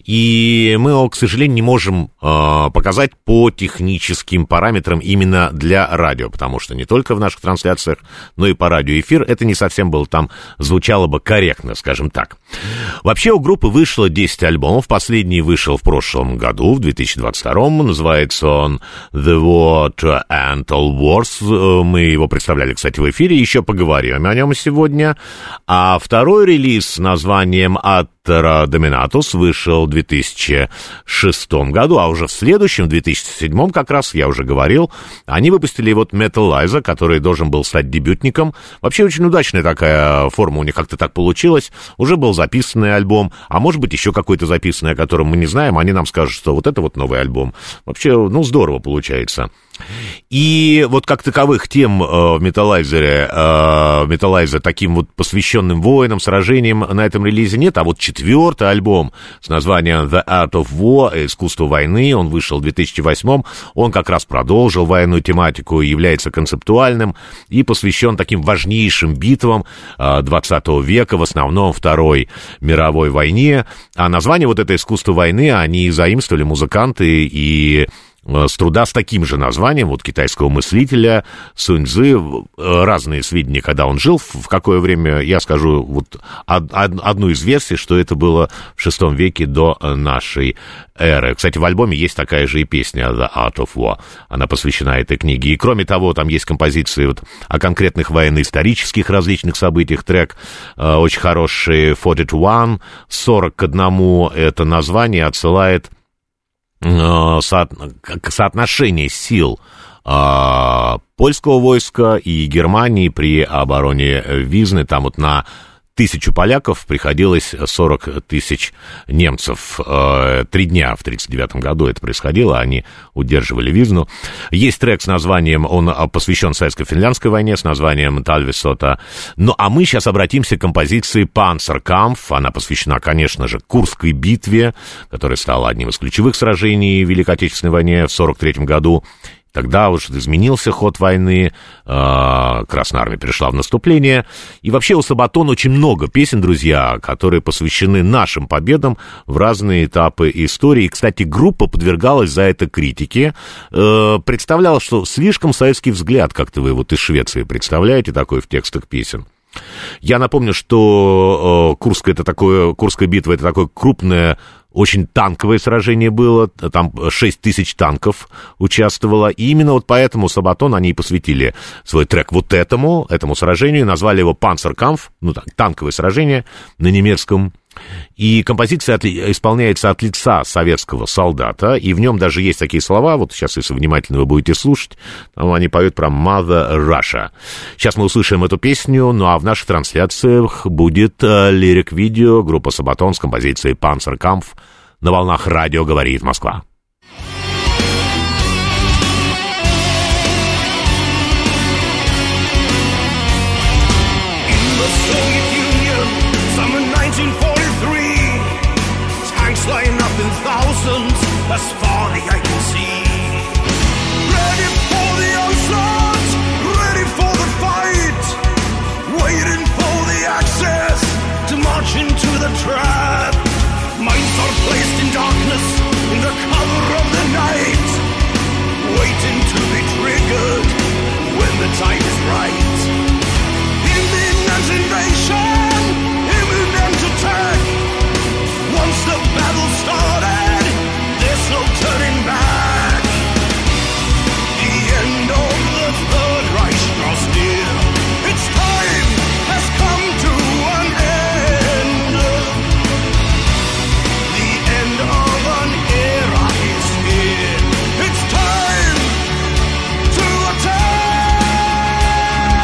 И мы его, к сожалению, не можем показать по техническим параметрам именно для радио, потому что не только в наших трансляциях, но и по радиоэфир это не совсем было там, звучало бы корректно, скажем так. Вообще у группы группы вышло 10 альбомов. Последний вышел в прошлом году, в 2022. Называется он The War and All Wars. Мы его представляли, кстати, в эфире. Еще поговорим о нем сегодня. А второй релиз с названием Attera Dominatus вышел в 2006 году. А уже в следующем, в 2007, как раз, я уже говорил, они выпустили вот Metalizer, который должен был стать дебютником. Вообще очень удачная такая форма у них как-то так получилось. Уже был записанный альбом, а может быть еще какой-то записанный, о котором мы не знаем. Они нам скажут, что вот это вот новый альбом. Вообще, ну, здорово получается. И вот как таковых тем в Metalizer таким вот посвященным воинам, сражениям на этом релизе нет, а вот четвертый альбом с названием The Art of War, «Искусство войны», он вышел в 2008, он как раз продолжил военную тематику, является концептуальным и посвящен таким важнейшим битвам 20 века, в основном Второй мировой войне. А название вот это «Искусство войны» они заимствовали музыканты и с труда с таким же названием, вот китайского мыслителя Сунь Цзы, разные сведения, когда он жил, в какое время, я скажу вот одну из версий, что это было в VI веке до нашей эры. Кстати, в альбоме есть такая же и песня The Art of War, она посвящена этой книге. И кроме того, там есть композиции вот о конкретных военно-исторических различных событиях, трек очень хороший 41, 40 к 1, это название отсылает соотношение сил польского войска и Германии при обороне Визны. Там вот на 1000 поляков приходилось 40 тысяч немцев. 3 дня в 1939 году это происходило, они удерживали Визну. Есть трек с названием, он посвящен советско-финляндской войне, с названием «Талвисота». Ну, а мы сейчас обратимся к композиции «Панцеркампф». Она посвящена, конечно же, Курской битве, которая стала одним из ключевых сражений в Великой Отечественной войне в 1943 году. Тогда уж изменился ход войны, Красная Армия перешла в наступление. И вообще у Сабатон очень много песен, друзья, которые посвящены нашим победам в разные этапы истории. И, кстати, группа подвергалась за это критике. Представляла, что слишком советский взгляд, как-то вы вот из Швеции представляете такой в текстах песен. Я напомню, что Курская битва — это такое крупное, очень танковое сражение было, там 6 тысяч танков участвовало, и именно вот поэтому Сабатон, они и посвятили свой трек вот этому сражению, назвали его «Панцеркампф», ну так, танковое сражение на немецком. И композиция исполняется от лица советского солдата, и в нем даже есть такие слова, вот сейчас, если внимательно вы будете слушать, там они поют про Mother Russia. Сейчас мы услышим эту песню, ну а в наших трансляциях будет лирик-видео группа Сабатон с композицией «Панцеркампф» на волнах радио «Говорит Москва». Line up in thousands, as far as I can see. Ready for the onslaught, ready for the fight, waiting for the access to march into the trap. Minds are placed in darkness, in the cover of the night, waiting to be triggered when the time is right. Imminent invasion, imminent attack. Once the battle started, there's no turning back. The end of the Third Reich draws near. Its time has come to an end. The end of an era is here. It's time to attack.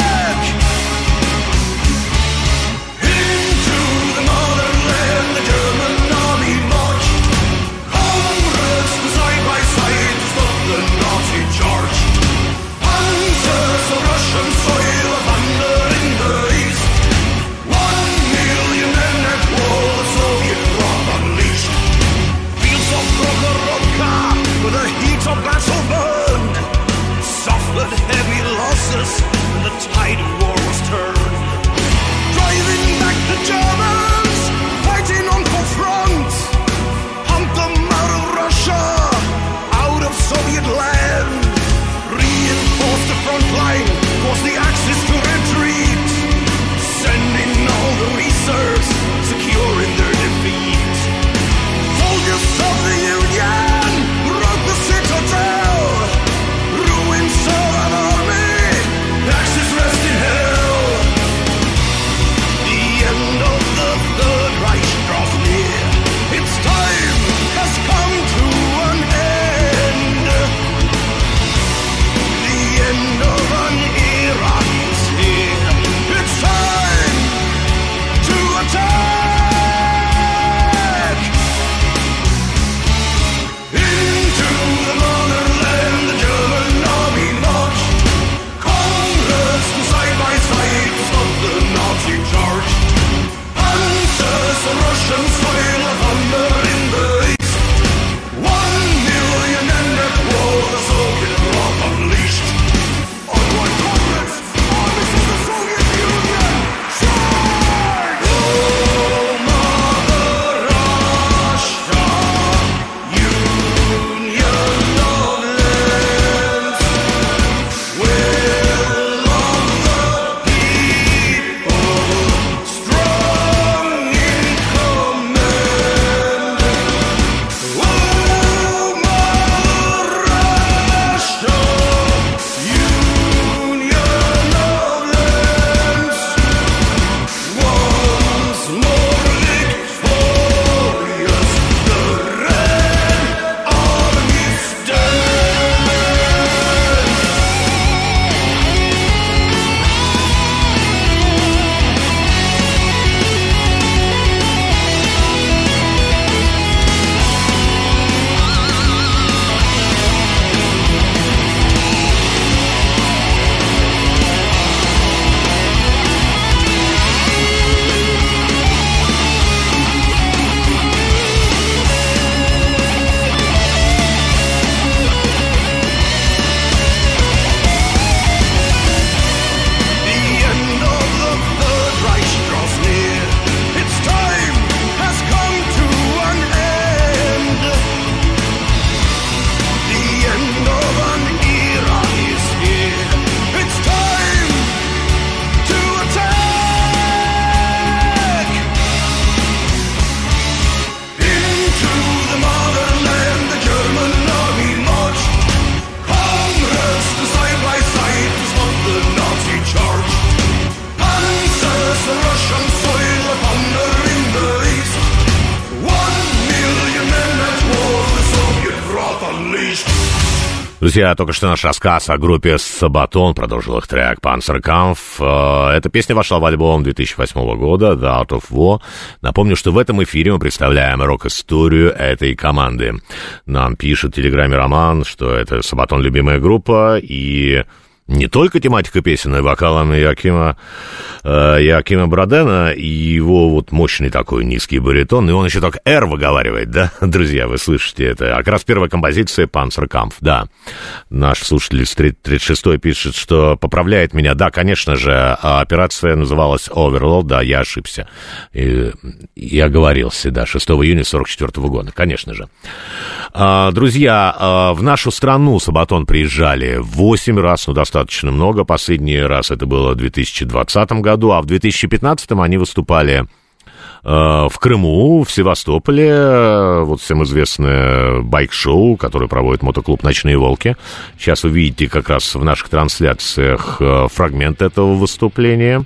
Друзья, только что наш рассказ о группе Sabaton продолжил их трек «Panzerkampf». Эта песня вошла в альбом 2008 года «The Art of War». Напомню, что в этом эфире мы представляем рок-историю этой команды. Нам пишет в телеграме Роман, что это Sabaton любимая группа, и не только тематика песен, но и вокалом Якима Бродена, и его вот мощный такой низкий баритон, и он еще так «Р» выговаривает, да, друзья, вы слышите это. А как раз первая композиция «Panzerkampf», да. Наш слушатель из 36-й пишет, что поправляет меня, да, конечно же, операция называлась «Overload», да, я ошибся. И оговорился, да, 6 июня 44 года, конечно же. Друзья, в нашу страну Sabaton приезжали 8 раз, ну, достаточно много. Последний раз это было в 2020 году, а в 2015 они выступали в Крыму, в Севастополе. Вот всем известное байк-шоу, которое проводит мотоклуб «Ночные волки». Сейчас вы видите как раз в наших трансляциях фрагмент этого выступления.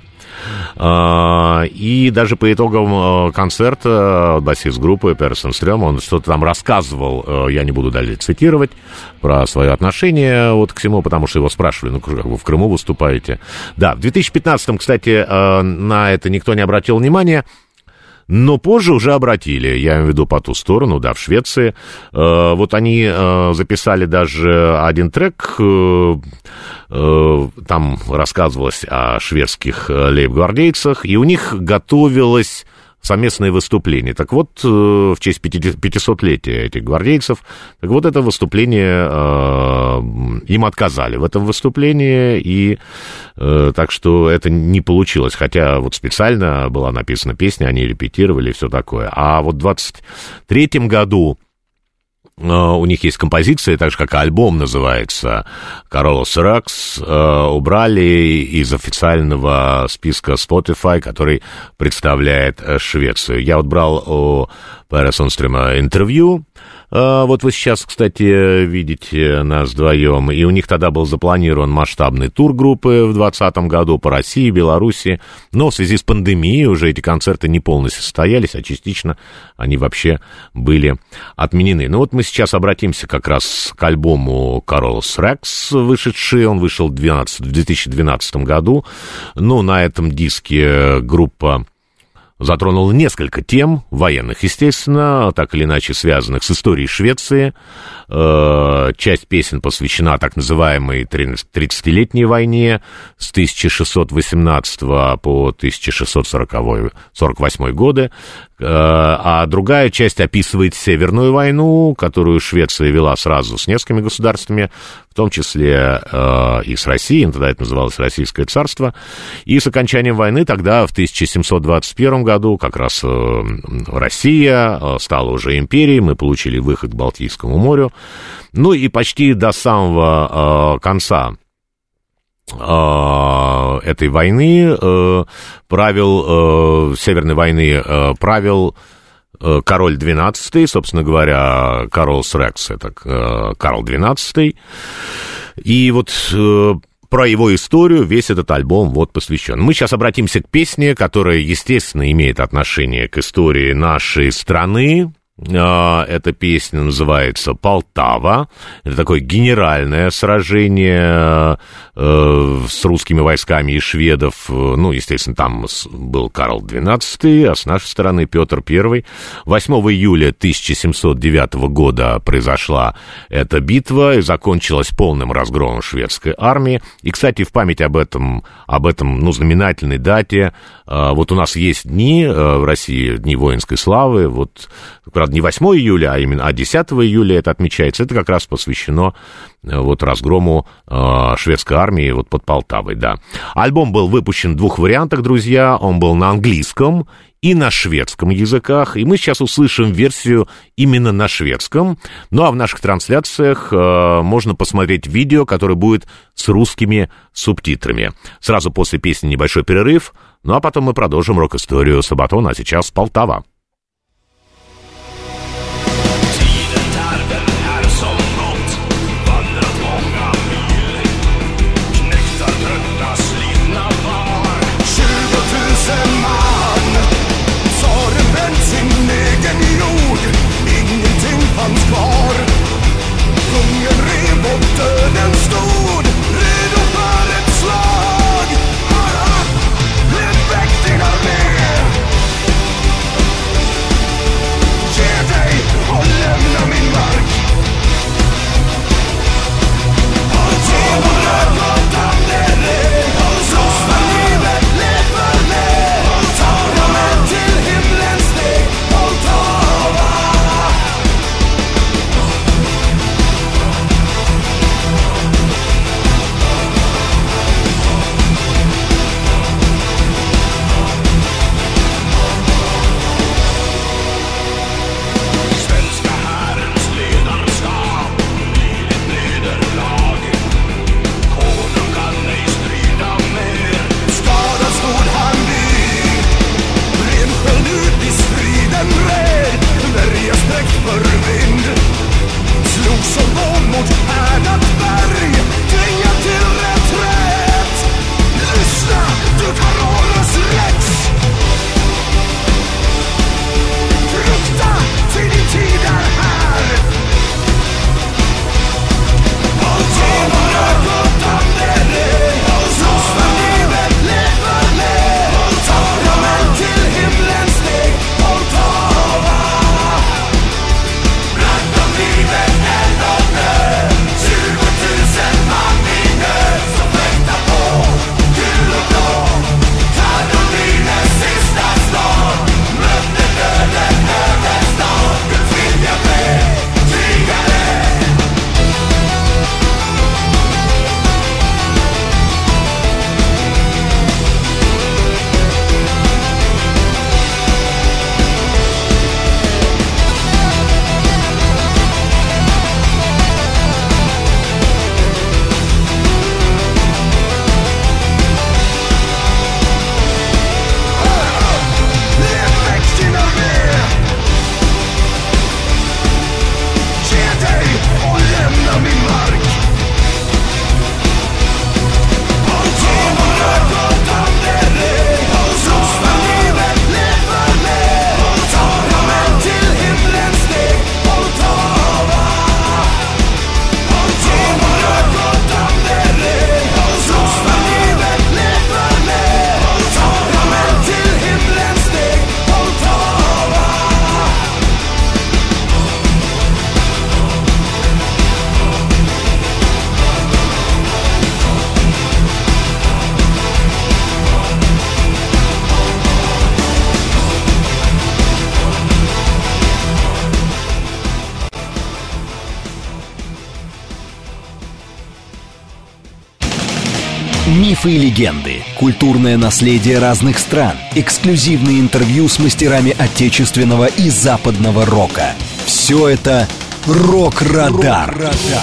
И даже по итогам концерта басист группы Пер Сенстрём, он что-то там рассказывал, я не буду далее цитировать, про свое отношение вот к всему, потому что его спрашивали, ну, как вы в Крыму выступаете. Да, в 2015-м, кстати, на это никто не обратил внимания, но позже уже обратили, я имею в виду по ту сторону, да, в Швеции. Вот они записали даже один трек, там рассказывалось о шведских лейб-гвардейцах, и у них готовилось совместное выступление. Так вот, в честь 500-летия этих гвардейцев, так вот это выступление, им отказали в этом выступлении, и так что это не получилось. Хотя вот специально была написана песня, они репетировали и все такое. А вот в 23-м году у них есть композиция, так же, как и альбом называется «Carolus Rex», убрали из официального списка Spotify, который представляет Швецию. Я вот брал у Пера Сенстрёма интервью. Вот вы сейчас, кстати, видите нас вдвоем, и у них тогда был запланирован масштабный тур группы в 2020 году по России, Беларуси, но в связи с пандемией уже эти концерты не полностью состоялись, а частично они вообще были отменены. Ну вот мы сейчас обратимся как раз к альбому Carolus Rex, вышедший, он вышел в 2012 году. Ну, на этом диске группа затронула несколько тем, военных, естественно, так или иначе связанных с историей Швеции. Часть песен посвящена так называемой 30-летней войне с 1618 по 1648 годы, а другая часть описывает Северную войну, которую Швеция вела сразу с несколькими государствами, в том числе и с Россией, тогда это называлось Российское царство, и с окончанием войны тогда, в 1721 году, как раз Россия стала уже империей, мы получили выход к Балтийскому морю, ну и почти до самого конца этой войны Северной войны правил король XII, собственно говоря, Carolus Rex, это Карл XII, и вот про его историю весь этот альбом вот посвящен. Мы сейчас обратимся к песне, которая, естественно, имеет отношение к истории нашей страны. Эта песня называется «Полтава». Это такое генеральное сражение с русскими войсками и шведов. Ну, естественно, там был Карл XII, а с нашей стороны Петр I. 8 июля 1709 года произошла эта битва и закончилась полным разгромом шведской армии. И, кстати, в память об этом ну, знаменательной дате, вот у нас есть дни в России, дни воинской славы, вот, правда, не 8 июля, а именно 10 июля это отмечается. Это как раз посвящено вот разгрому шведской армии вот под Полтавой, да. Альбом был выпущен в двух вариантах, друзья. Он был на английском и на шведском языках. И мы сейчас услышим версию именно на шведском. Ну, а в наших трансляциях можно посмотреть видео, которое будет с русскими субтитрами. Сразу после песни небольшой перерыв. Ну, а потом мы продолжим рок-историю Sabaton, а сейчас Полтава. Fanns kvar. Kungen rev bort Мифы и легенды, культурное наследие разных стран, эксклюзивные интервью с мастерами отечественного и западного рока. Все это «Рок-Радар».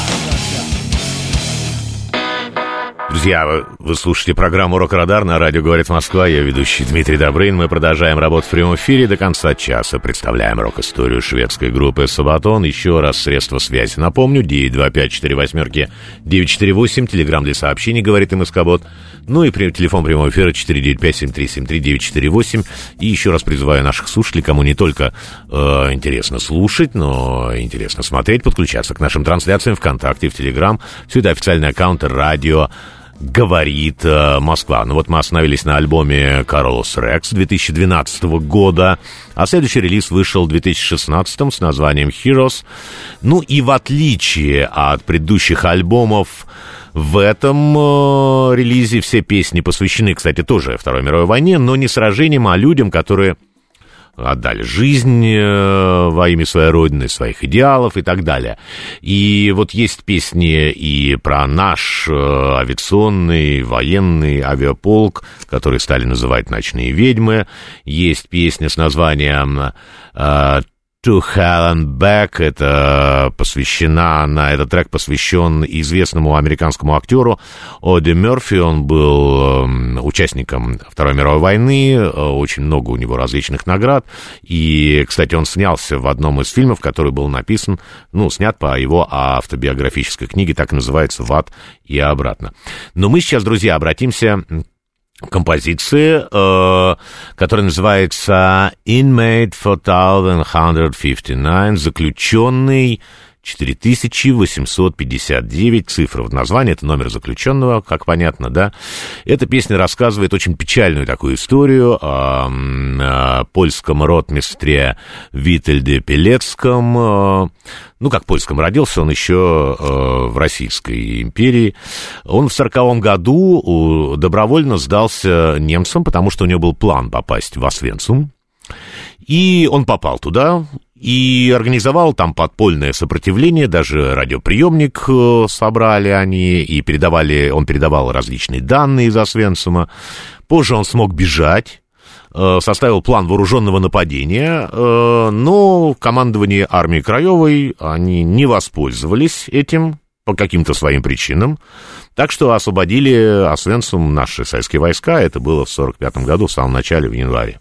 Друзья, вы слушаете программу «Рок-Радар» на радио «Говорит Москва». Я ведущий Дмитрий Добрынин. Мы продолжаем работу в прямом эфире до конца часа. Представляем рок-историю шведской группы «Сабатон». Еще раз средства связи. Напомню, 925-48-948, телеграмм для сообщений, говорит МСК-бот. Ну и телефон прямого эфира 495-7373-948. И еще раз призываю наших слушателей, кому не только интересно слушать, но интересно смотреть, подключаться к нашим трансляциям ВКонтакте, в Телеграм. Все это официальные аккаунты радио «Говорит Москва». Ну вот мы остановились на альбоме «Carlos Rex» 2012 года, а следующий релиз вышел в 2016 с названием «Heroes». Ну и в отличие от предыдущих альбомов, в этом релизе все песни посвящены, кстати, тоже Второй мировой войне, но не сражениям, а людям, которые отдали жизнь во имя своей родины, своих идеалов и так далее. И вот есть песни и про наш авиационный, военный авиаполк, который стали называть «Ночные ведьмы». Есть песня с названием «To Hell and Back». Это этот трек посвящен известному американскому актеру Оди Мерфи. Он был участником Второй мировой войны, очень много у него различных наград. И, кстати, он снялся в одном из фильмов, который был написан, снят по его автобиографической книге, так и называется «В ад и обратно». Но мы сейчас, друзья, обратимся композиции, которая называется Inmate 4159, заключенный 4859, цифра в названии, это номер заключенного, как понятно, да. Эта песня рассказывает очень печальную такую историю о польском ротмистре Витольде Пелецком. Как польском родился, он еще в Российской империи. Он в 1940 году добровольно сдался немцам, потому что у него был план попасть в Освенцим. И он попал туда и организовал там подпольное сопротивление, даже радиоприемник собрали они, и он передавал различные данные из Освенцима. Позже он смог бежать, составил план вооруженного нападения, но командование армии Краевой, они не воспользовались этим по каким-то своим причинам, так что освободили Освенцим наши советские войска, это было в 1945 году, в самом начале, в январе.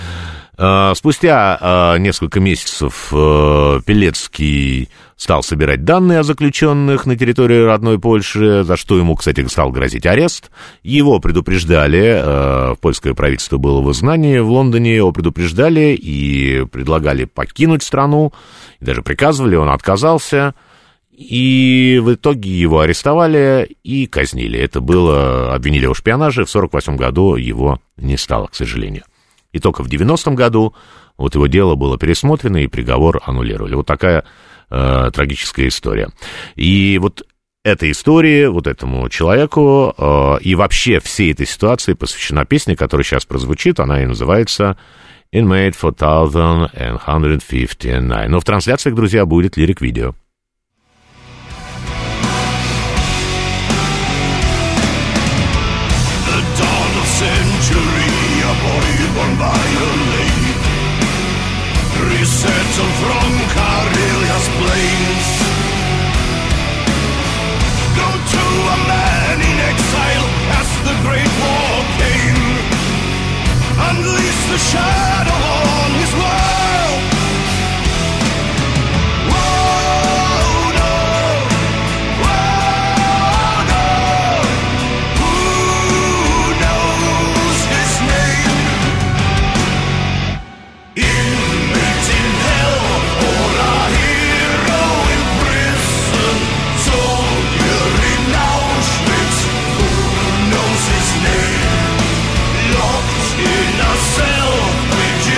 Спустя несколько месяцев Пелецкий стал собирать данные о заключенных на территории родной Польши, за что ему, кстати, стал грозить арест. Его предупреждали, польское правительство было в изгнании в Лондоне, его предупреждали и предлагали покинуть страну, и даже приказывали, он отказался. И в итоге его арестовали и казнили. Это было, обвинили его в шпионаже, в 1948 году его не стало, к сожалению. И только в 90-м году вот его дело было пересмотрено, и приговор аннулировали. Вот такая трагическая история. И вот этой истории, вот этому человеку, и вообще всей этой ситуации посвящена песня, которая сейчас прозвучит, она и называется «Inmate 4159». Но в трансляциях, друзья, будет лирик-видео. Resettled from Karelia's plains. Go to a man in exile as the Great War came. Unleash the shadow on his world. Whoa, no. Whoa, no. Who knows his name? Inmates in hell or a hero in prison, soldier in Auschwitz, who knows his name? Locked in a cell with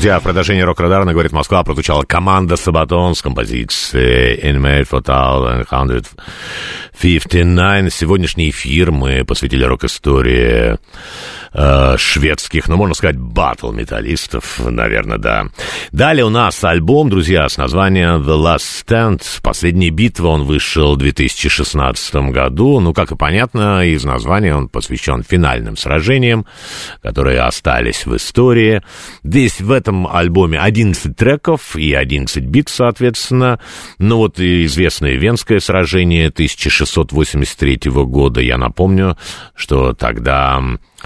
Друзья, в продолжении рок-радара, говорит Москва, прозвучала команда Сабатон с композицией In Made for 1159. Сегодняшний эфир мы посвятили рок-истории шведских, ну, можно сказать, батл-металлистов, наверное, да. Далее у нас альбом, друзья, с названием The Last Stand. Последняя битва, он вышел в 2016 году. Ну, как и понятно, из названия он посвящен финальным сражениям, которые остались в истории. Здесь в этом альбоме 11 треков и 11 битв, соответственно. Ну, вот и известное Венское сражение 1683 года. Я напомню, что тогда...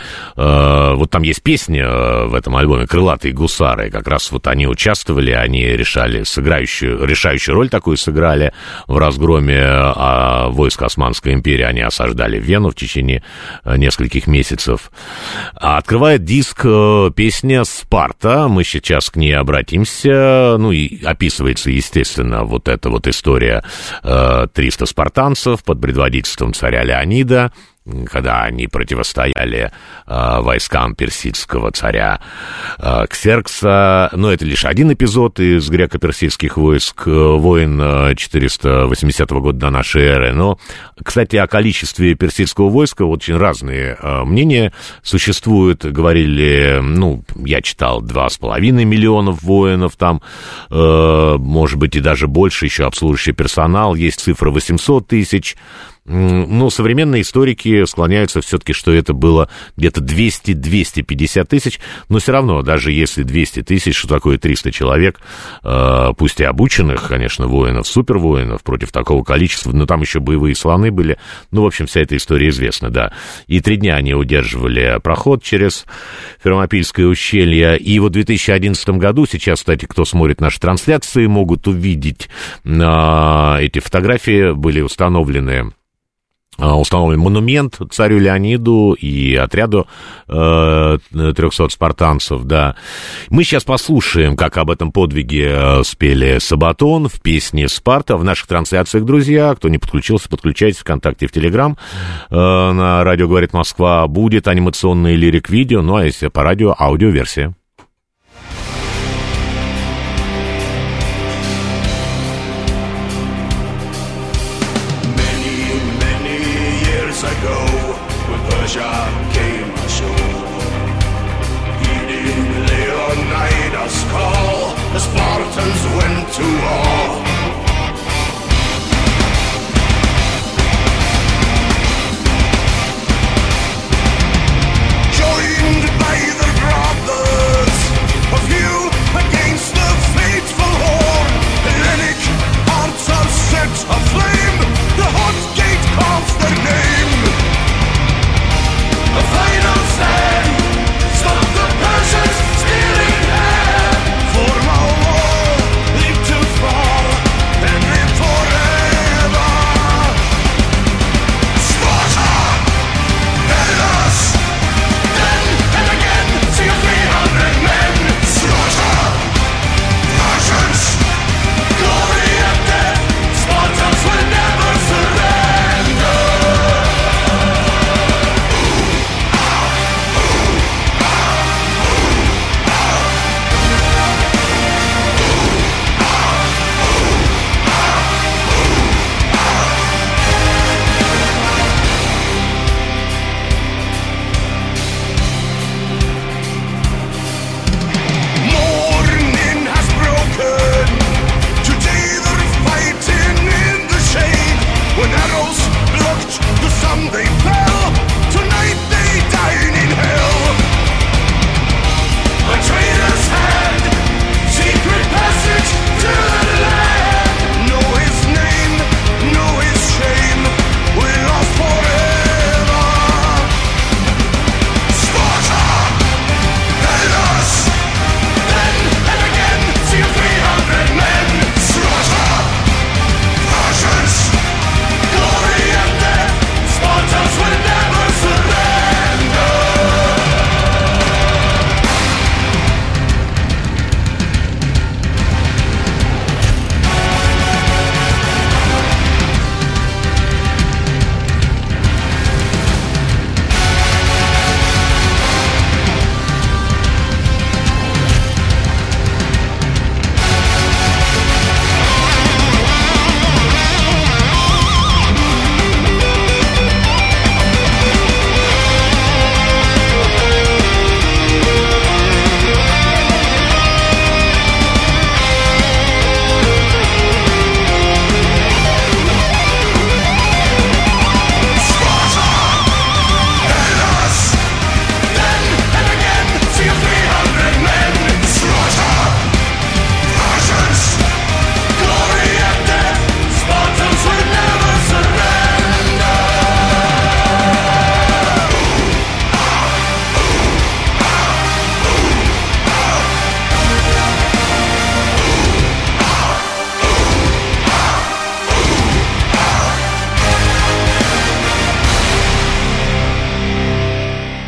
Вот там есть песня в этом альбоме «Крылатые гусары», как раз вот они участвовали, они решали решающую роль такую сыграли в разгроме войск Османской империи, они осаждали Вену в течение нескольких месяцев. Открывает диск песня «Спарта», мы сейчас к ней обратимся, ну и описывается, естественно, вот эта вот история 300 спартанцев под предводительством царя Леонида, когда они противостояли войскам персидского царя Ксеркса. Но это лишь один эпизод из греко-персидских войск, войн 480 года до нашей эры. Но, кстати, о количестве персидского войска очень разные мнения существуют. Говорили, ну, я читал, 2,5 миллиона воинов там, может быть, и даже больше, еще обслуживающий персонал. Есть цифра 800 тысяч. Но современные историки склоняются все-таки, что это было где-то 200-250 тысяч, но все равно, даже если 200 тысяч, что такое 300 человек, пусть и обученных, конечно, воинов, супервоинов против такого количества, но там еще боевые слоны были, ну, в общем, вся эта история известна, да. И 3 дня они удерживали проход через Фермопильское ущелье, и вот в 2011 году, сейчас, кстати, кто смотрит наши трансляции, могут увидеть эти фотографии, были установлен монумент царю Леониду и отряду 300 спартанцев, да. Мы сейчас послушаем, как об этом подвиге спели Сабатон в песне «Спарта» в наших трансляциях, друзья. Кто не подключился, подключайтесь ВКонтакте, в Телеграм. На радио «Говорит Москва» будет анимационный лирик-видео, ну а если по радио, аудиоверсия. Joined by their brothers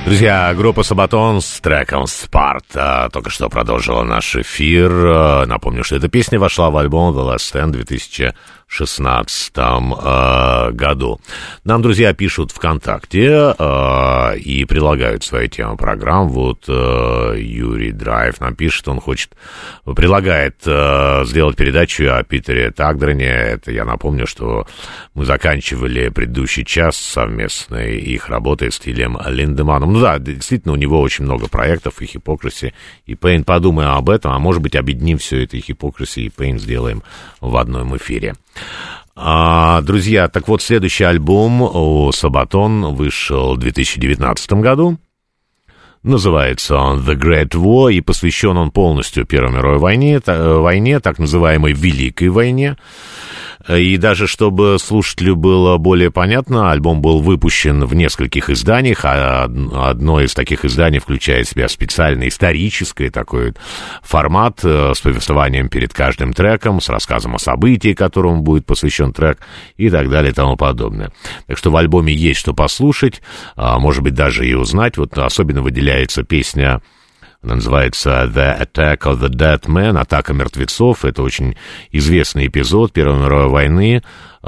Друзья, группа Сабатон с треком «Спарта» только что продолжила наш эфир. Напомню, что эта песня вошла в альбом «The Last Stand» в 2016 году. Нам друзья пишут ВКонтакте и прилагают свои темы программ. Вот Юрий Драйв нам пишет, он предлагает сделать передачу о Питере Тагдрене. Это я напомню, что мы заканчивали предыдущий час совместной их работы с Тилем Линдеманом. Ну да, действительно, у него очень много проектов, и Hypocrisy, и Pain. Подумаем об этом, а может быть, объединим все это, и Hypocrisy, и Pain сделаем в одном эфире. Друзья, так вот, следующий альбом у Сабатон вышел в 2019 году. Называется он «The Great War», и посвящен он полностью Первой мировой войне, так называемой Великой войне. И даже чтобы слушателю было более понятно, альбом был выпущен в нескольких изданиях, а одно из таких изданий включает в себя специальный исторический такой формат с повествованием перед каждым треком, с рассказом о событии, которому будет посвящен трек и так далее и тому подобное. Так что в альбоме есть что послушать, может быть, даже и узнать. Вот особенно выделяется песня, она называется «The Attack of the Dead Men», «Атака мертвецов». Это очень известный эпизод Первой мировой войны,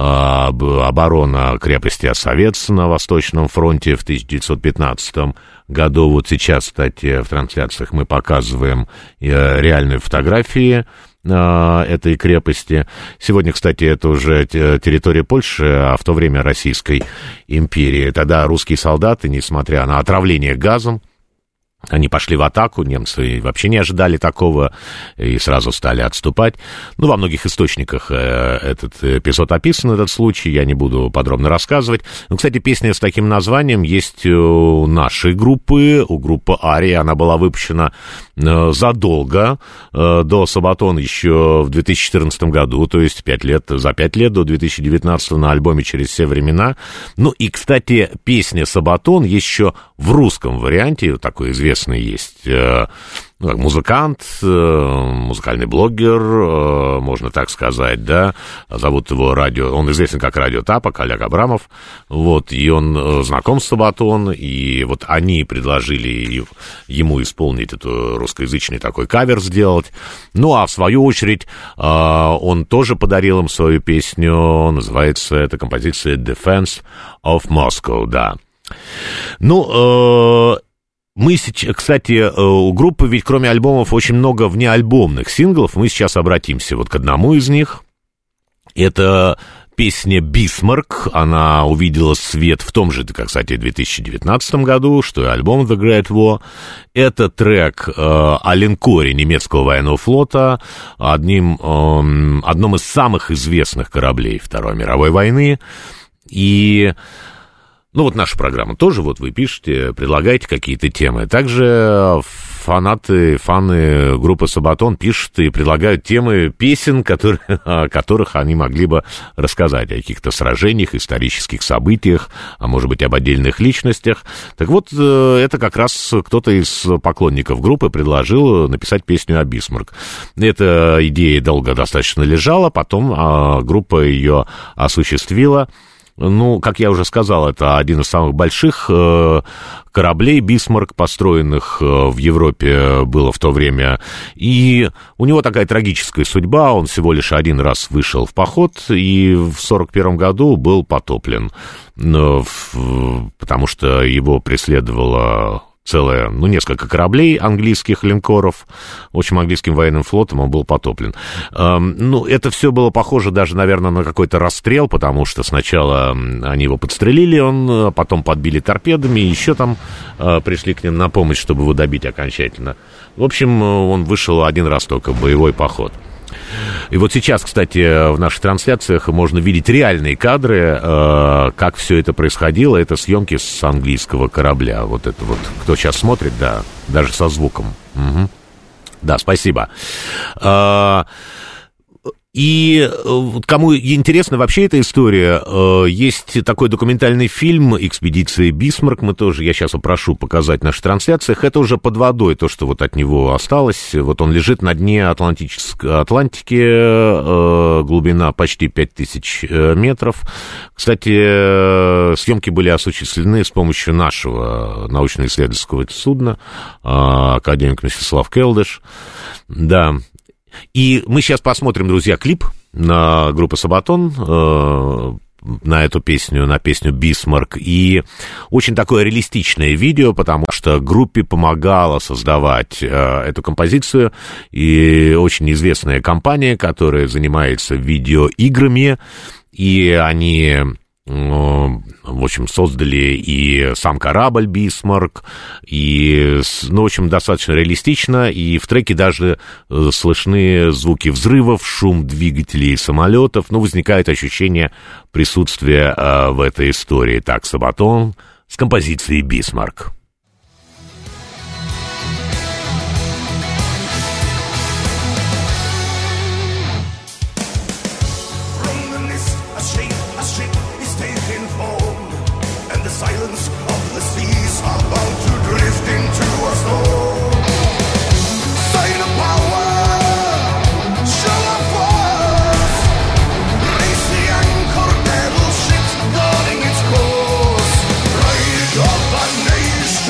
оборона крепости Осовец на Восточном фронте в 1915 году. Вот сейчас, кстати, в трансляциях мы показываем реальные фотографии этой крепости. Сегодня, кстати, это уже территория Польши, а в то время Российской империи. Тогда русские солдаты, несмотря на отравление газом, они пошли в атаку, немцы вообще не ожидали такого и сразу стали отступать. Ну, во многих источниках этот эпизод описан, этот случай, я не буду подробно рассказывать. Ну, кстати, песня с таким названием есть у нашей группы, у группы «Ария». Она была выпущена задолго до Сабатон, еще в 2014 году, то есть за 5 лет до 2019 на альбоме «Через все времена». Ну, и, кстати, песня Сабатон есть еще в русском варианте, такой известный есть музыкант, музыкальный блогер, можно так сказать, да, зовут его он известен как Радио Тапок, Олег Абрамов, вот, и он знаком с Сабатон, и вот они предложили ему исполнить эту русскоязычный такой кавер сделать, ну, а в свою очередь он тоже подарил им свою песню, называется эта композиция «Defense of Moscow», да. Ну, мы сейчас, кстати, у группы ведь кроме альбомов очень много внеальбомных синглов. Мы сейчас обратимся вот к одному из них. Это песня «Бисмарк». Она увидела свет в том же, кстати, 2019 году, что и альбом «The Great War». Это трек о линкоре немецкого военного флота, одном из самых известных кораблей Второй мировой войны. И ну, вот наша программа тоже, вот вы пишете, предлагаете какие-то темы. Также фаны группы Сабатон пишут и предлагают темы песен, о которых они могли бы рассказать, о каких-то сражениях, исторических событиях, а может быть, об отдельных личностях. Так вот, это как раз кто-то из поклонников группы предложил написать песню о Бисмарк. Эта идея долго достаточно лежала, потом группа ее осуществила. Ну, как я уже сказал, это один из самых больших кораблей «Бисмарк», построенных в Европе было в то время. И у него такая трагическая судьба. Он всего лишь один раз вышел в поход и в 1941 году был потоплен, потому что его преследовало несколько кораблей английских линкоров. В общем, английским военным флотом он был потоплен. Это все было похоже даже, наверное, на какой-то расстрел, потому что сначала они его подстрелили, потом подбили торпедами, еще там пришли к ним на помощь, чтобы его добить окончательно. В общем, он вышел один раз только в боевой поход. И вот сейчас, кстати, в наших трансляциях можно видеть реальные кадры, как все это происходило. Это съемки с английского корабля. Вот это вот, кто сейчас смотрит, да, даже со звуком. Угу. Да, спасибо. И вот кому интересна вообще эта история, есть такой документальный фильм «Экспедиция Бисмарк», я сейчас попрошу показать в наших трансляциях, это уже под водой, то, что вот от него осталось, вот он лежит на дне Атлантики, глубина почти 5000 метров. Кстати, съемки были осуществлены с помощью нашего научно-исследовательского судна, академик Мстислав Келдыш, да. И мы сейчас посмотрим, друзья, клип на группы «Сабатон», на эту песню, на песню «Бисмарк». И очень такое реалистичное видео, потому что группе помогала создавать эту композицию и очень известная компания, которая занимается видеоиграми, и они... в общем, создали и сам корабль «Бисмарк», и, в общем, достаточно реалистично, и в треке даже слышны звуки взрывов, шум двигателей самолетов, возникает ощущение присутствия в этой истории. Так, Сабатон с композицией «Бисмарк». Silence of the seas are bound to drift into a storm. Sign of power, show of force. Raise the anchor, battleships guarding its course. Pride of a nation.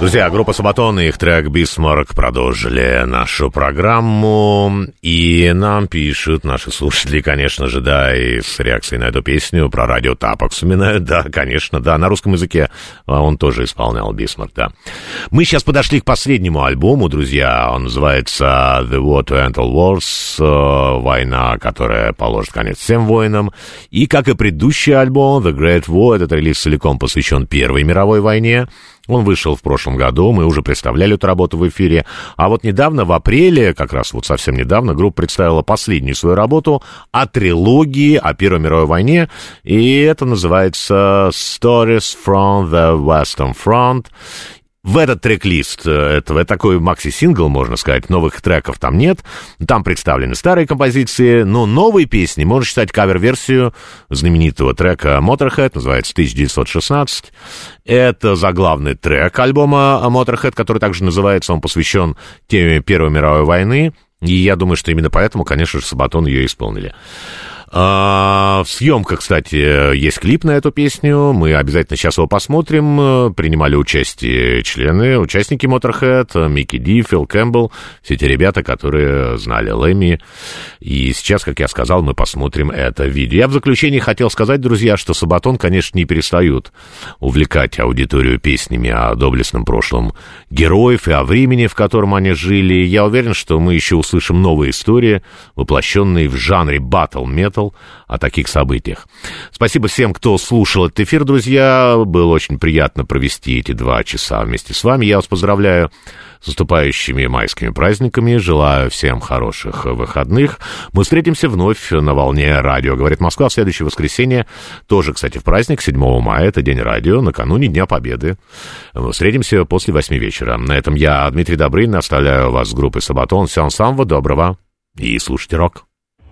Друзья, группа Сабатон и их трек «Бисмарк» продолжили нашу программу. И нам пишут наши слушатели, конечно же, да, и с реакцией на эту песню про радио Тапок вспоминают. Да, конечно, да, на русском языке он тоже исполнял «Бисмарк», да. Мы сейчас подошли к последнему альбому, друзья. Он называется «The War to End All Wars», война, которая положит конец всем войнам. И, как и предыдущий альбом «The Great War», этот релиз целиком посвящен Первой мировой войне. Он вышел в прошлом году, мы уже представляли эту работу в эфире. А вот недавно, в апреле, как раз вот совсем недавно, группа представила последнюю свою работу о трилогии о Первой мировой войне. И это называется «Stories from the Western Front». В этот трек-лист, это такой макси-сингл, можно сказать, новых треков там нет. Там представлены старые композиции, но новые песни можно считать кавер-версию знаменитого трека Motorhead, называется «1916». Это заглавный трек альбома Motorhead, который также называется, он посвящен теме Первой мировой войны. И я думаю, что именно поэтому, конечно же, Сабатон ее исполнили. В съемках, кстати, есть клип на эту песню. Мы обязательно сейчас его посмотрим. Принимали участие участники Motorhead, Микки Ди, Фил Кэмпбелл, все эти ребята, которые знали Лэмми. И сейчас, как я сказал, мы посмотрим это видео. Я в заключении хотел сказать, друзья, что Сабатон, конечно, не перестают увлекать аудиторию песнями о доблестном прошлом героев и о времени, в котором они жили. Я уверен, что мы еще услышим новые истории, воплощенные в жанре батл-метал, о таких событиях. Спасибо всем, кто слушал этот эфир, друзья. Было очень приятно провести эти 2 часа вместе с вами. Я вас поздравляю с наступающими майскими праздниками. Желаю всем хороших выходных. Мы встретимся вновь на волне «Радио говорит Москва» в следующее воскресенье. Тоже, кстати, в праздник, 7 мая. Это День радио, накануне Дня Победы. Мы встретимся после 8 вечера. На этом я, Дмитрий Добрынин, оставляю вас с группой «Сабатон». Всем самого доброго и слушайте рок.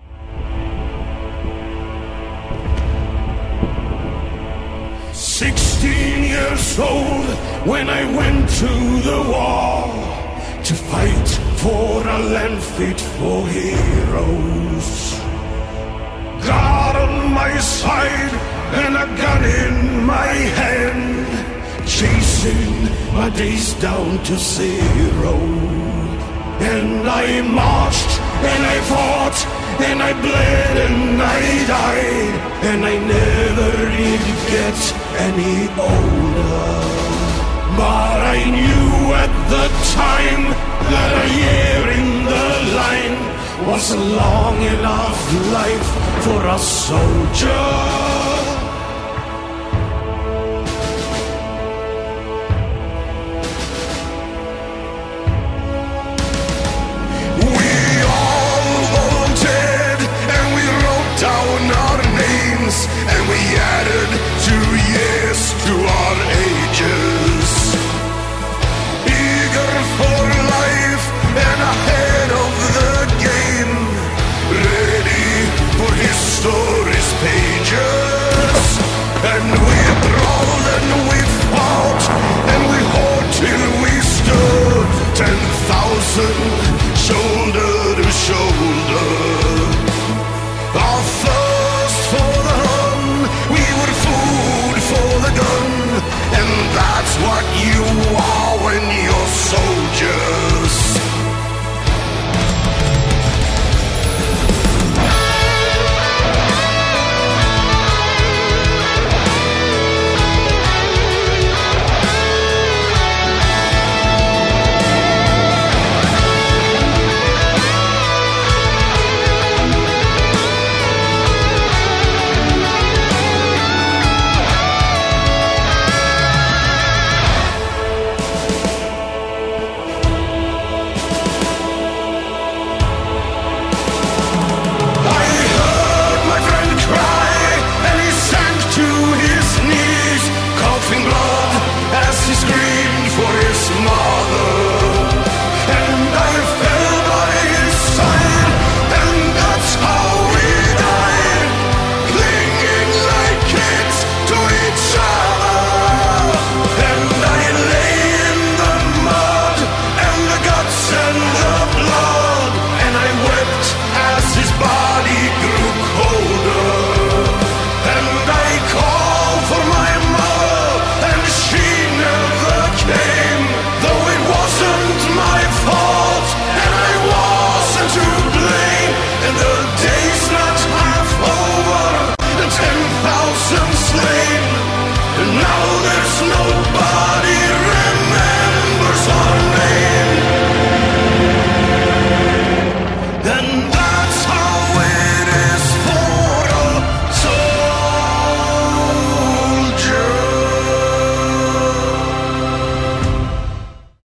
16 years old when I went to the war to fight for a land fit for heroes. God on my side and a gun in my hand, chasing my days down to zero. And I marched and I fought and I bled and I died, and I never did get any older. But I knew at the time that a year in the line was a long enough life for a soldier.